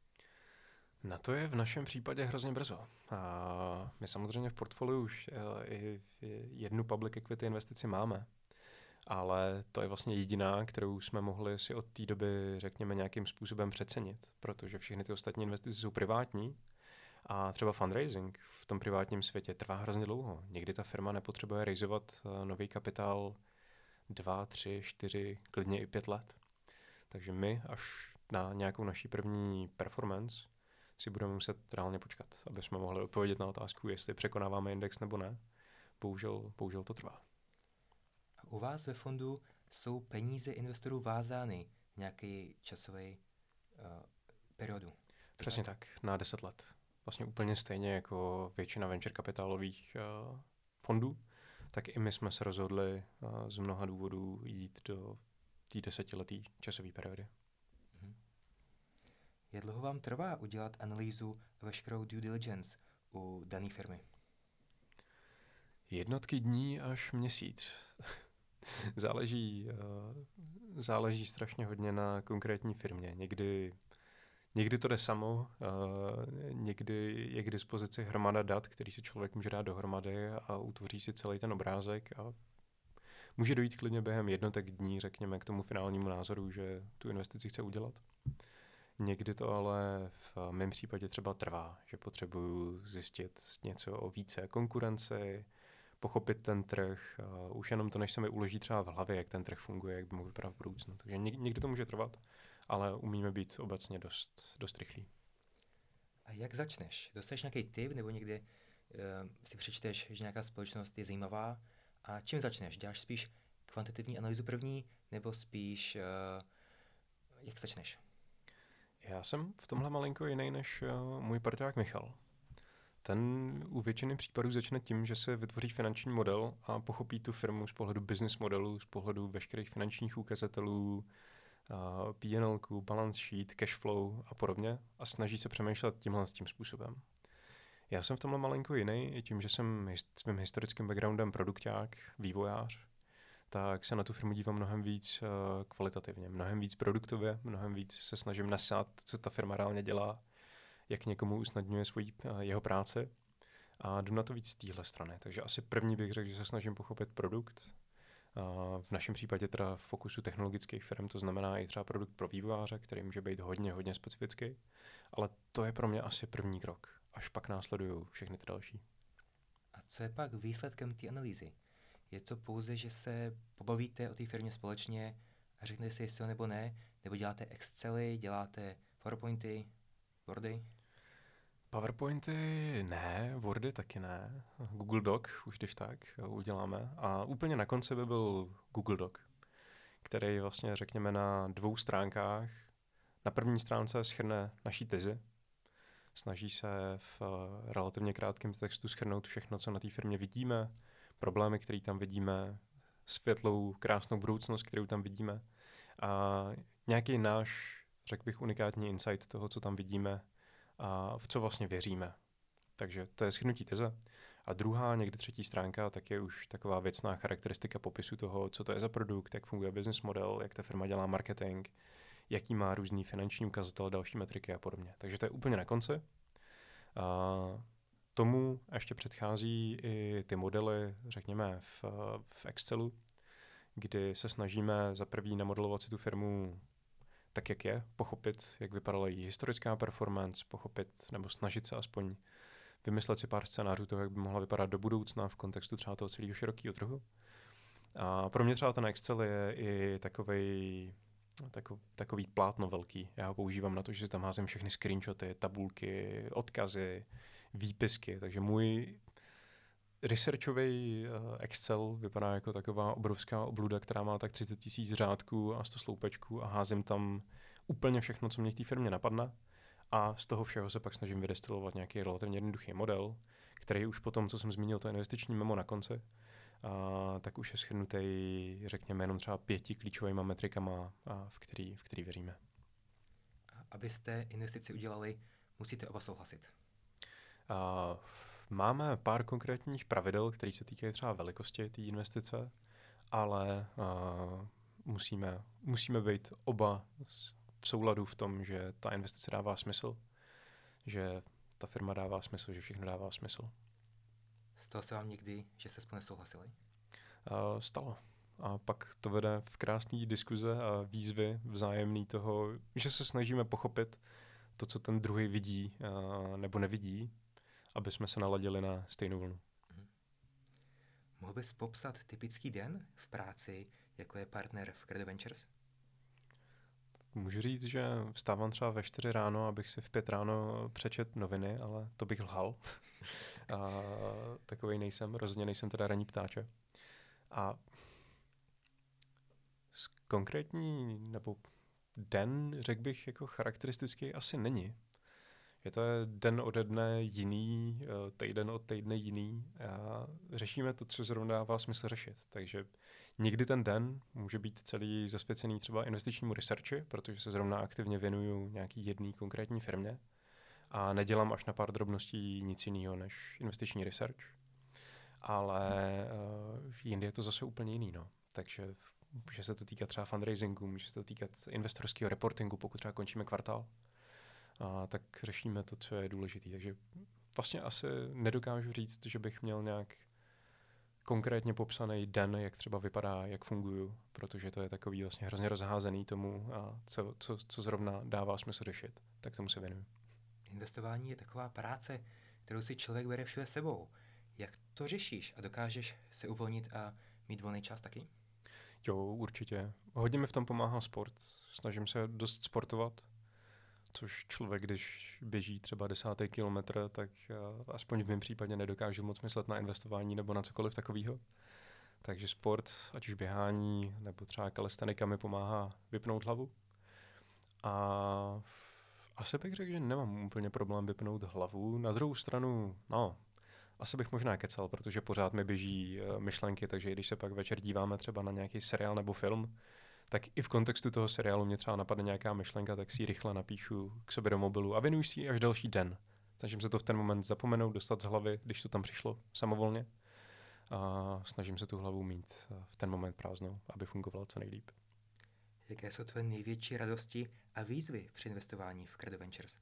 Na to je v našem případě hrozně brzo. A my samozřejmě v portfoliu už i jednu public equity investici máme, ale to je vlastně jediná, kterou jsme mohli si od té doby, řekněme, nějakým způsobem přecenit, protože všechny ty ostatní investice jsou privátní a třeba fundraising v tom privátním světě trvá hrozně dlouho. Někdy ta firma nepotřebuje rejzovat nový kapitál dva, tři, čtyři, klidně i pět let. Takže my až na nějakou naší první performance si budeme muset reálně počkat, aby jsme mohli odpovědět na otázku, jestli překonáváme index nebo ne. Bohužel, bohužel to trvá. U vás ve fondu jsou peníze investorů vázány v nějaký časový uh, periodu? Přesně tak, na deset let. Vlastně úplně stejně jako většina venture kapitálových uh, fondů, tak i my jsme se rozhodli uh, z mnoha důvodů jít do té desetiletý časové periody. Mm-hmm. Jak dlouho vám trvá udělat analýzu a veškerou due diligence u dané firmy? Jednotky dní až měsíc. záleží, uh, záleží strašně hodně na konkrétní firmě. Někdy, někdy to jde samo, uh, někdy je k dispozici hromada dat, který si člověk může dát dohromady a utvoří si celý ten obrázek a může dojít klidně během jednotek dní, řekněme, k tomu finálnímu názoru, že tu investici chce udělat. Někdy to ale v mém případě třeba trvá, že potřebuju zjistit něco o více konkurenci, pochopit ten trh, uh, už jenom to, než se mi uloží třeba v hlavě, jak ten trh funguje, jak by mohl vypadat v budoucnu. Takže něk- někdy to může trvat, ale umíme být obecně dost, dost rychlí. A jak začneš? Dostaneš nějaký tip nebo někdy uh, si přečteš, že nějaká společnost je zajímavá a čím začneš? Děláš spíš kvantitativní analýzu první nebo spíš, uh, jak začneš? Já jsem v tomhle malinko jiný než uh, můj parťák Michal. Ten u většiny případů začne tím, že se vytvoří finanční model a pochopí tu firmu z pohledu business modelu, z pohledu veškerých finančních ukazatelů, uh, P and L, balance sheet, cash flow a podobně a snaží se přemýšlet tímhle s tím způsobem. Já jsem v tomhle malinko jiný, i tím, že jsem svým historickým backgroundem produkták, vývojář, tak se na tu firmu dívám mnohem víc uh, kvalitativně, mnohem víc produktově, mnohem víc se snažím nasát, co ta firma reálně dělá, jak někomu usnadňuje svoji, uh, jeho práci a jdu na to víc z téhle strany. Takže asi první bych řekl, že se snažím pochopit produkt. Uh, v našem případě teda v fokusu technologických firm, to znamená i třeba produkt pro vývojáře, který může být hodně, hodně specifický, ale to je pro mě asi první krok. Až pak následují všechny ty další. A co je pak výsledkem té analýzy? Je to pouze, že se pobavíte o té firmě společně a řeknete si, jestli jo nebo ne, nebo děláte Excely, děláte PowerPointy, Wordy? PowerPointy ne, Wordy taky ne. Google Doc už když tak uděláme. A úplně na konci by byl Google Doc, který vlastně řekněme na dvou stránkách. Na první stránce shrne naší tezi. Snaží se v relativně krátkém textu shrnout všechno, co na té firmě vidíme, problémy, které tam vidíme, světlou, krásnou budoucnost, kterou tam vidíme a nějaký náš, řekl bych, unikátní insight toho, co tam vidíme a v co vlastně věříme. Takže to je shrnutí teze. A druhá, někdy třetí stránka, tak je už taková věcná charakteristika popisu toho, co to je za produkt, jak funguje business model, jak ta firma dělá marketing, jaký má různý finanční ukazatel, další metriky a podobně. Takže to je úplně na konci. A tomu ještě předchází i ty modely, řekněme, v, v Excelu, kdy se snažíme za první namodelovat si tu firmu tak, jak je, pochopit, jak vypadala její historická performance, pochopit nebo snažit se aspoň vymyslet si pár scénářů toho, jak by mohla vypadat do budoucna v kontextu třeba toho celého širokého trhu. A pro mě třeba ten Excel je i takovej, takový, takový plátno velký. Já ho používám na to, že si tam házím všechny screenshoty, tabulky, odkazy, výpisky, takže můj researchový Excel vypadá jako taková obrovská obluda, která má tak třicet tisíc řádků a sto sloupečků a házím tam úplně všechno, co mě v té firmě napadne. A z toho všeho se pak snažím vydestilovat nějaký relativně jednoduchý model, který už potom, co jsem zmínil, to investiční memo na konci, a tak už je shrnutý, řekněme, jenom třeba pěti klíčovými metrikama, a v, který, v který věříme. Abyste investici udělali, musíte oba souhlasit. A máme pár konkrétních pravidel, které se týkají třeba velikosti té investice, ale a, musíme, musíme být oba v souladu v tom, že ta investice dává smysl, že ta firma dává smysl, že všechno dává smysl. Stalo se vám někdy, že se spolu nesouhlasili? Uh, stalo. A pak to vede v krásné diskuze a výzvy vzájemný toho, že se snažíme pochopit to, co ten druhý vidí uh, nebo nevidí, aby jsme se naladili na stejnou vlnu. Mhm. Mohl bys popsat typický den v práci, jako je partner v Credo Ventures? Můžu říct, že vstávám třeba ve čtyři ráno, abych si v pět ráno přečet noviny, ale to bych lhal. A takovej nejsem, rozhodně nejsem teda ranní ptáče. A konkrétní nebo den, řekl bych, jako charakteristický asi není. Je to den ode dne jiný, týden od týdne jiný a řešíme to, co zrovna dává smysl řešit. Takže někdy ten den může být celý zasvěcený třeba investičnímu researchi, protože se zrovna aktivně věnuju nějaký jedné konkrétní firmě a nedělám až na pár drobností nic jiného než investiční research. Ale uh, jindy je to zase úplně jiný. No. Takže může se to týkat třeba fundraisingu, může se to týkat investorského reportingu, pokud třeba končíme kvartál. A tak řešíme to, co je důležité. Takže vlastně asi nedokážu říct, že bych měl nějak konkrétně popsaný den, jak třeba vypadá, jak funguju, protože to je takový vlastně hrozně rozházený tomu, a co, co, co zrovna dává smysl řešit. Tak tomu se věnuju. Investování je taková práce, kterou si člověk bere všude sebou. Jak to řešíš a dokážeš se uvolnit a mít volný čas taky? Jo, určitě. Hodně mi v tom pomáhá sport. Snažím se dost sportovat, což člověk, když běží třeba desátý kilometr, tak uh, aspoň v mém případě nedokážu moc myslet na investování nebo na cokoliv takového. Takže sport, ať už běhání nebo třeba kalistenika mi pomáhá vypnout hlavu. A asi bych řekl, že nemám úplně problém vypnout hlavu. Na druhou stranu, no, asi bych možná kecal, protože pořád mi běží uh, myšlenky, takže když se pak večer díváme třeba na nějaký seriál nebo film, tak i v kontextu toho seriálu mě třeba napadne nějaká myšlenka, tak si ji rychle napíšu k sobě do mobilu a věnuju si ji až další den. Snažím se to v ten moment zapomenout, dostat z hlavy, když to tam přišlo samovolně. A snažím se tu hlavu mít v ten moment prázdnou, aby fungovala co nejlíp. Jaké jsou tvé největší radosti a výzvy při investování v Credo Ventures?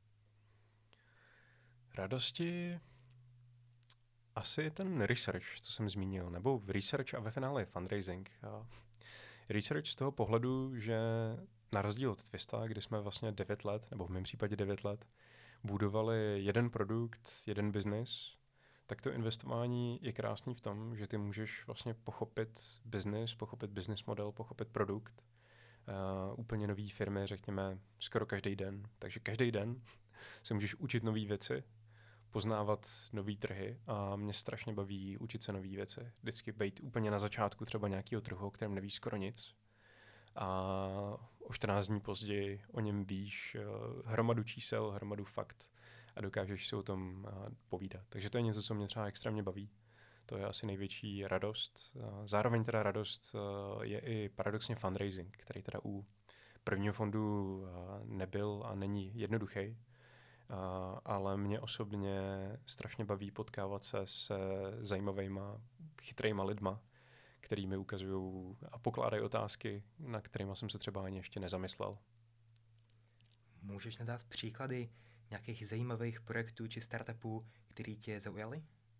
Radosti asi ten research, co jsem zmínil, nebo research a ve finále fundraising. A research z toho pohledu, že na rozdíl od Twista, kdy jsme vlastně devět let, nebo v mém případě devět let, budovali jeden produkt, jeden biznis, tak to investování je krásný v tom, že ty můžeš vlastně pochopit biznis, pochopit business model, pochopit produkt, uh, úplně nový firmy, řekněme, skoro každý den. Takže každý den se můžeš učit nové věci, poznávat nové trhy a mě strašně baví učit se nové věci. Vždycky být úplně na začátku třeba nějakého trhu, o kterém nevíš skoro nic. A o čtrnáct dní později o něm víš uh, hromadu čísel, hromadu fakt a dokážeš si o tom uh, povídat. Takže to je něco, co mě třeba extrémně baví. To je asi největší radost. Uh, zároveň teda radost uh, je i paradoxně fundraising, který teda u prvního fondu uh, nebyl a není jednoduchý. Uh, ale mě osobně strašně baví potkávat se se zajímavýma, chytrýma lidma, který mi ukazují a pokládají otázky, na kterými jsem se třeba ani ještě nezamyslel. Můžeš nadat příklady nějakých zajímavých projektů či startupů, který tě zaujaly?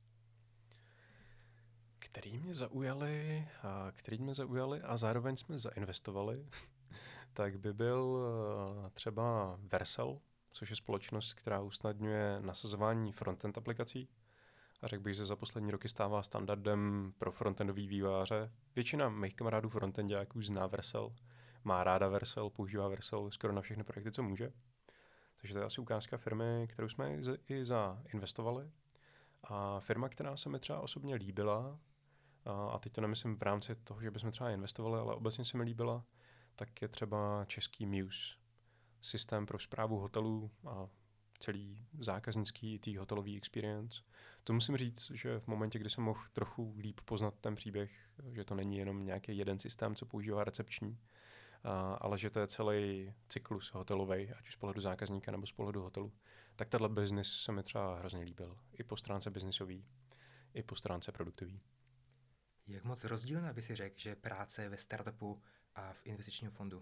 Který mě zaujaly a který mě zaujaly a zároveň jsme zainvestovali, tak by byl třeba Vercel což je společnost, která usnadňuje nasazování frontend aplikací. A řekl bych, že za poslední roky stává standardem pro frontendový vývojáře. Většina mých kamarádů frontendáků zná Vercel, má ráda Vercel, používá Vercel skoro na všechny projekty, co může. Takže to je asi ukázka firmy, kterou jsme i zainvestovali. A firma, která se mi třeba osobně líbila, a teď to nemyslím v rámci toho, že bychom třeba investovali, ale obecně se mi líbila, tak je třeba český Muse. Systém pro správu hotelů a celý zákaznický tý hotelový experience. To musím říct, že v momentě, kdy jsem mohl trochu líp poznat ten příběh, že to není jenom nějaký jeden systém, co používá recepční, a, ale že to je celý cyklus hotelový, ať už z pohledu zákazníka nebo z pohledu hotelu, tak tenhle business se mi třeba hrozně líbil. I po stránce biznisový, i po stránce produktový. Jak moc rozdílná by si řekl, že je práce ve startupu a v investičním fondu?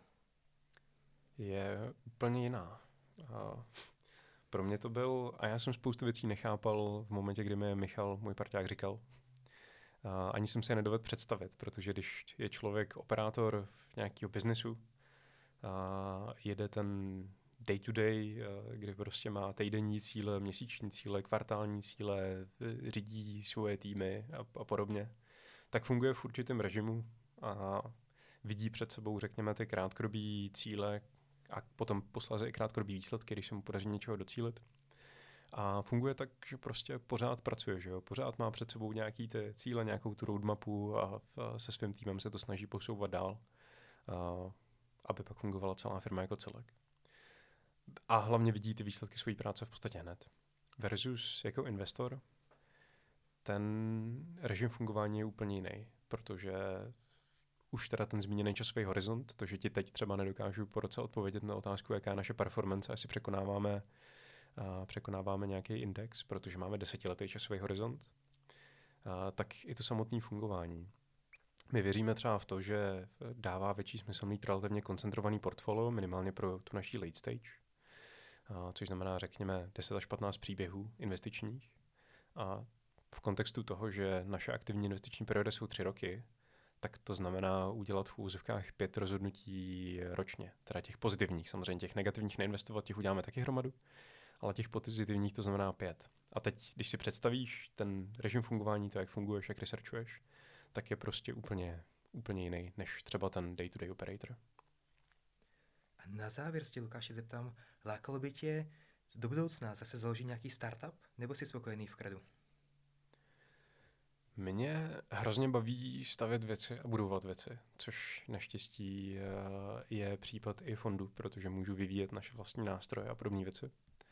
Je úplně jiná. A pro mě to byl, a já jsem spoustu věcí nechápal v momentě, kdy mi Michal, můj parťák, říkal. A ani jsem si je nedovedl představit, protože když je člověk operátor nějakého biznesu, a jede ten day to day, kdy prostě má týdenní cíle, měsíční cíle, kvartální cíle, řídí svoje týmy a, a podobně, tak funguje v určitém režimu a vidí před sebou, řekněme, ty krátkodobý cíle a potom posléze i krátkodobý výsledky, když se mu podaří něčeho docílit. A funguje tak, že prostě pořád pracuje, že jo? Pořád má před sebou nějaký ty cíle, nějakou tu roadmapu a, a se svým týmem se to snaží posouvat dál, a, aby pak fungovala celá firma jako celek. A hlavně vidí ty výsledky své práce v podstatě hned. Versus jako investor, ten režim fungování je úplně jiný, protože už teda ten zmíněný časový horizont, to, že ti teď třeba nedokážu po roce odpovědět na otázku, jaká je naše performance, jestli překonáváme, a překonáváme nějaký index, protože máme desetiletý časový horizont, a tak i to samotné fungování. My věříme třeba v to, že dává větší smysl mít relativně koncentrovaný portfolio, minimálně pro tu naší late stage, a což znamená, řekněme, deset až patnáct příběhů investičních. A v kontextu toho, že naše aktivní investiční periody jsou tři roky, tak to znamená udělat v úzovkách pět rozhodnutí ročně. Teda těch pozitivních, samozřejmě těch negativních neinvestovat, těch uděláme taky hromadu, ale těch pozitivních to znamená pět. A teď, když si představíš ten režim fungování, to, jak funguješ, jak researchuješ, tak je prostě úplně, úplně jiný, než třeba ten day-to-day operator. A na závěr se tě, Lukáši, zeptám, lákalo by tě do budoucna zase založit nějaký startup, nebo jsi spokojený v Kredu? Mě hrozně baví stavět věci a budovat věci, což naštěstí je případ i fondu, protože můžu vyvíjet naše vlastní nástroje a podobné věci.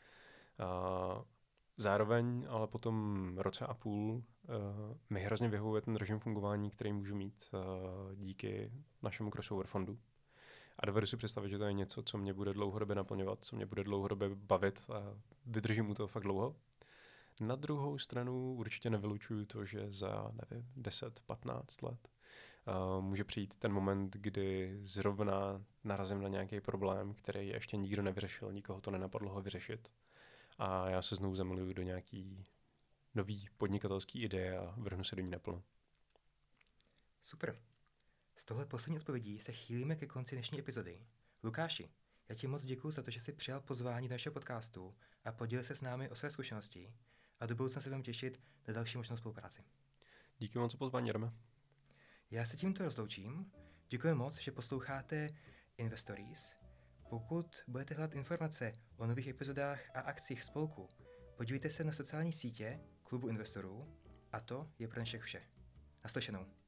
Zároveň ale po tom roce a půl mi hrozně vyhovuje ten režim fungování, který můžu mít díky našemu crossover fondu. A dovedu si představit, že to je něco, co mě bude dlouhodobě naplňovat, co mě bude dlouhodobě bavit a vydržím mu to fakt dlouho. Na druhou stranu určitě nevylučuju to, že za nevím, deset patnáct let uh, může přijít ten moment, kdy zrovna narazím na nějaký problém, který ještě nikdo nevyřešil, nikoho to nenapadlo ho vyřešit. A já se znovu zamiluju do nějaký nový podnikatelský ideje a vrhnu se do ní naplno. Super. Z tohle poslední odpovědí se chýlíme ke konci dnešní epizody. Lukáši, já ti moc děkuji za to, že jsi přijal pozvání do našeho podcastu a podělil se s námi o své zkušenosti a do budoucna se budeme těšit na další možnou spolupráci. Díky moc za pozvání, Jarome. Já se tímto rozloučím. Děkuji moc, že posloucháte Investories. Pokud budete hledat informace o nových epizodách a akcích spolku, podívejte se na sociální sítě Klubu investorů a to je pro dnešek vše. Naslyšenou.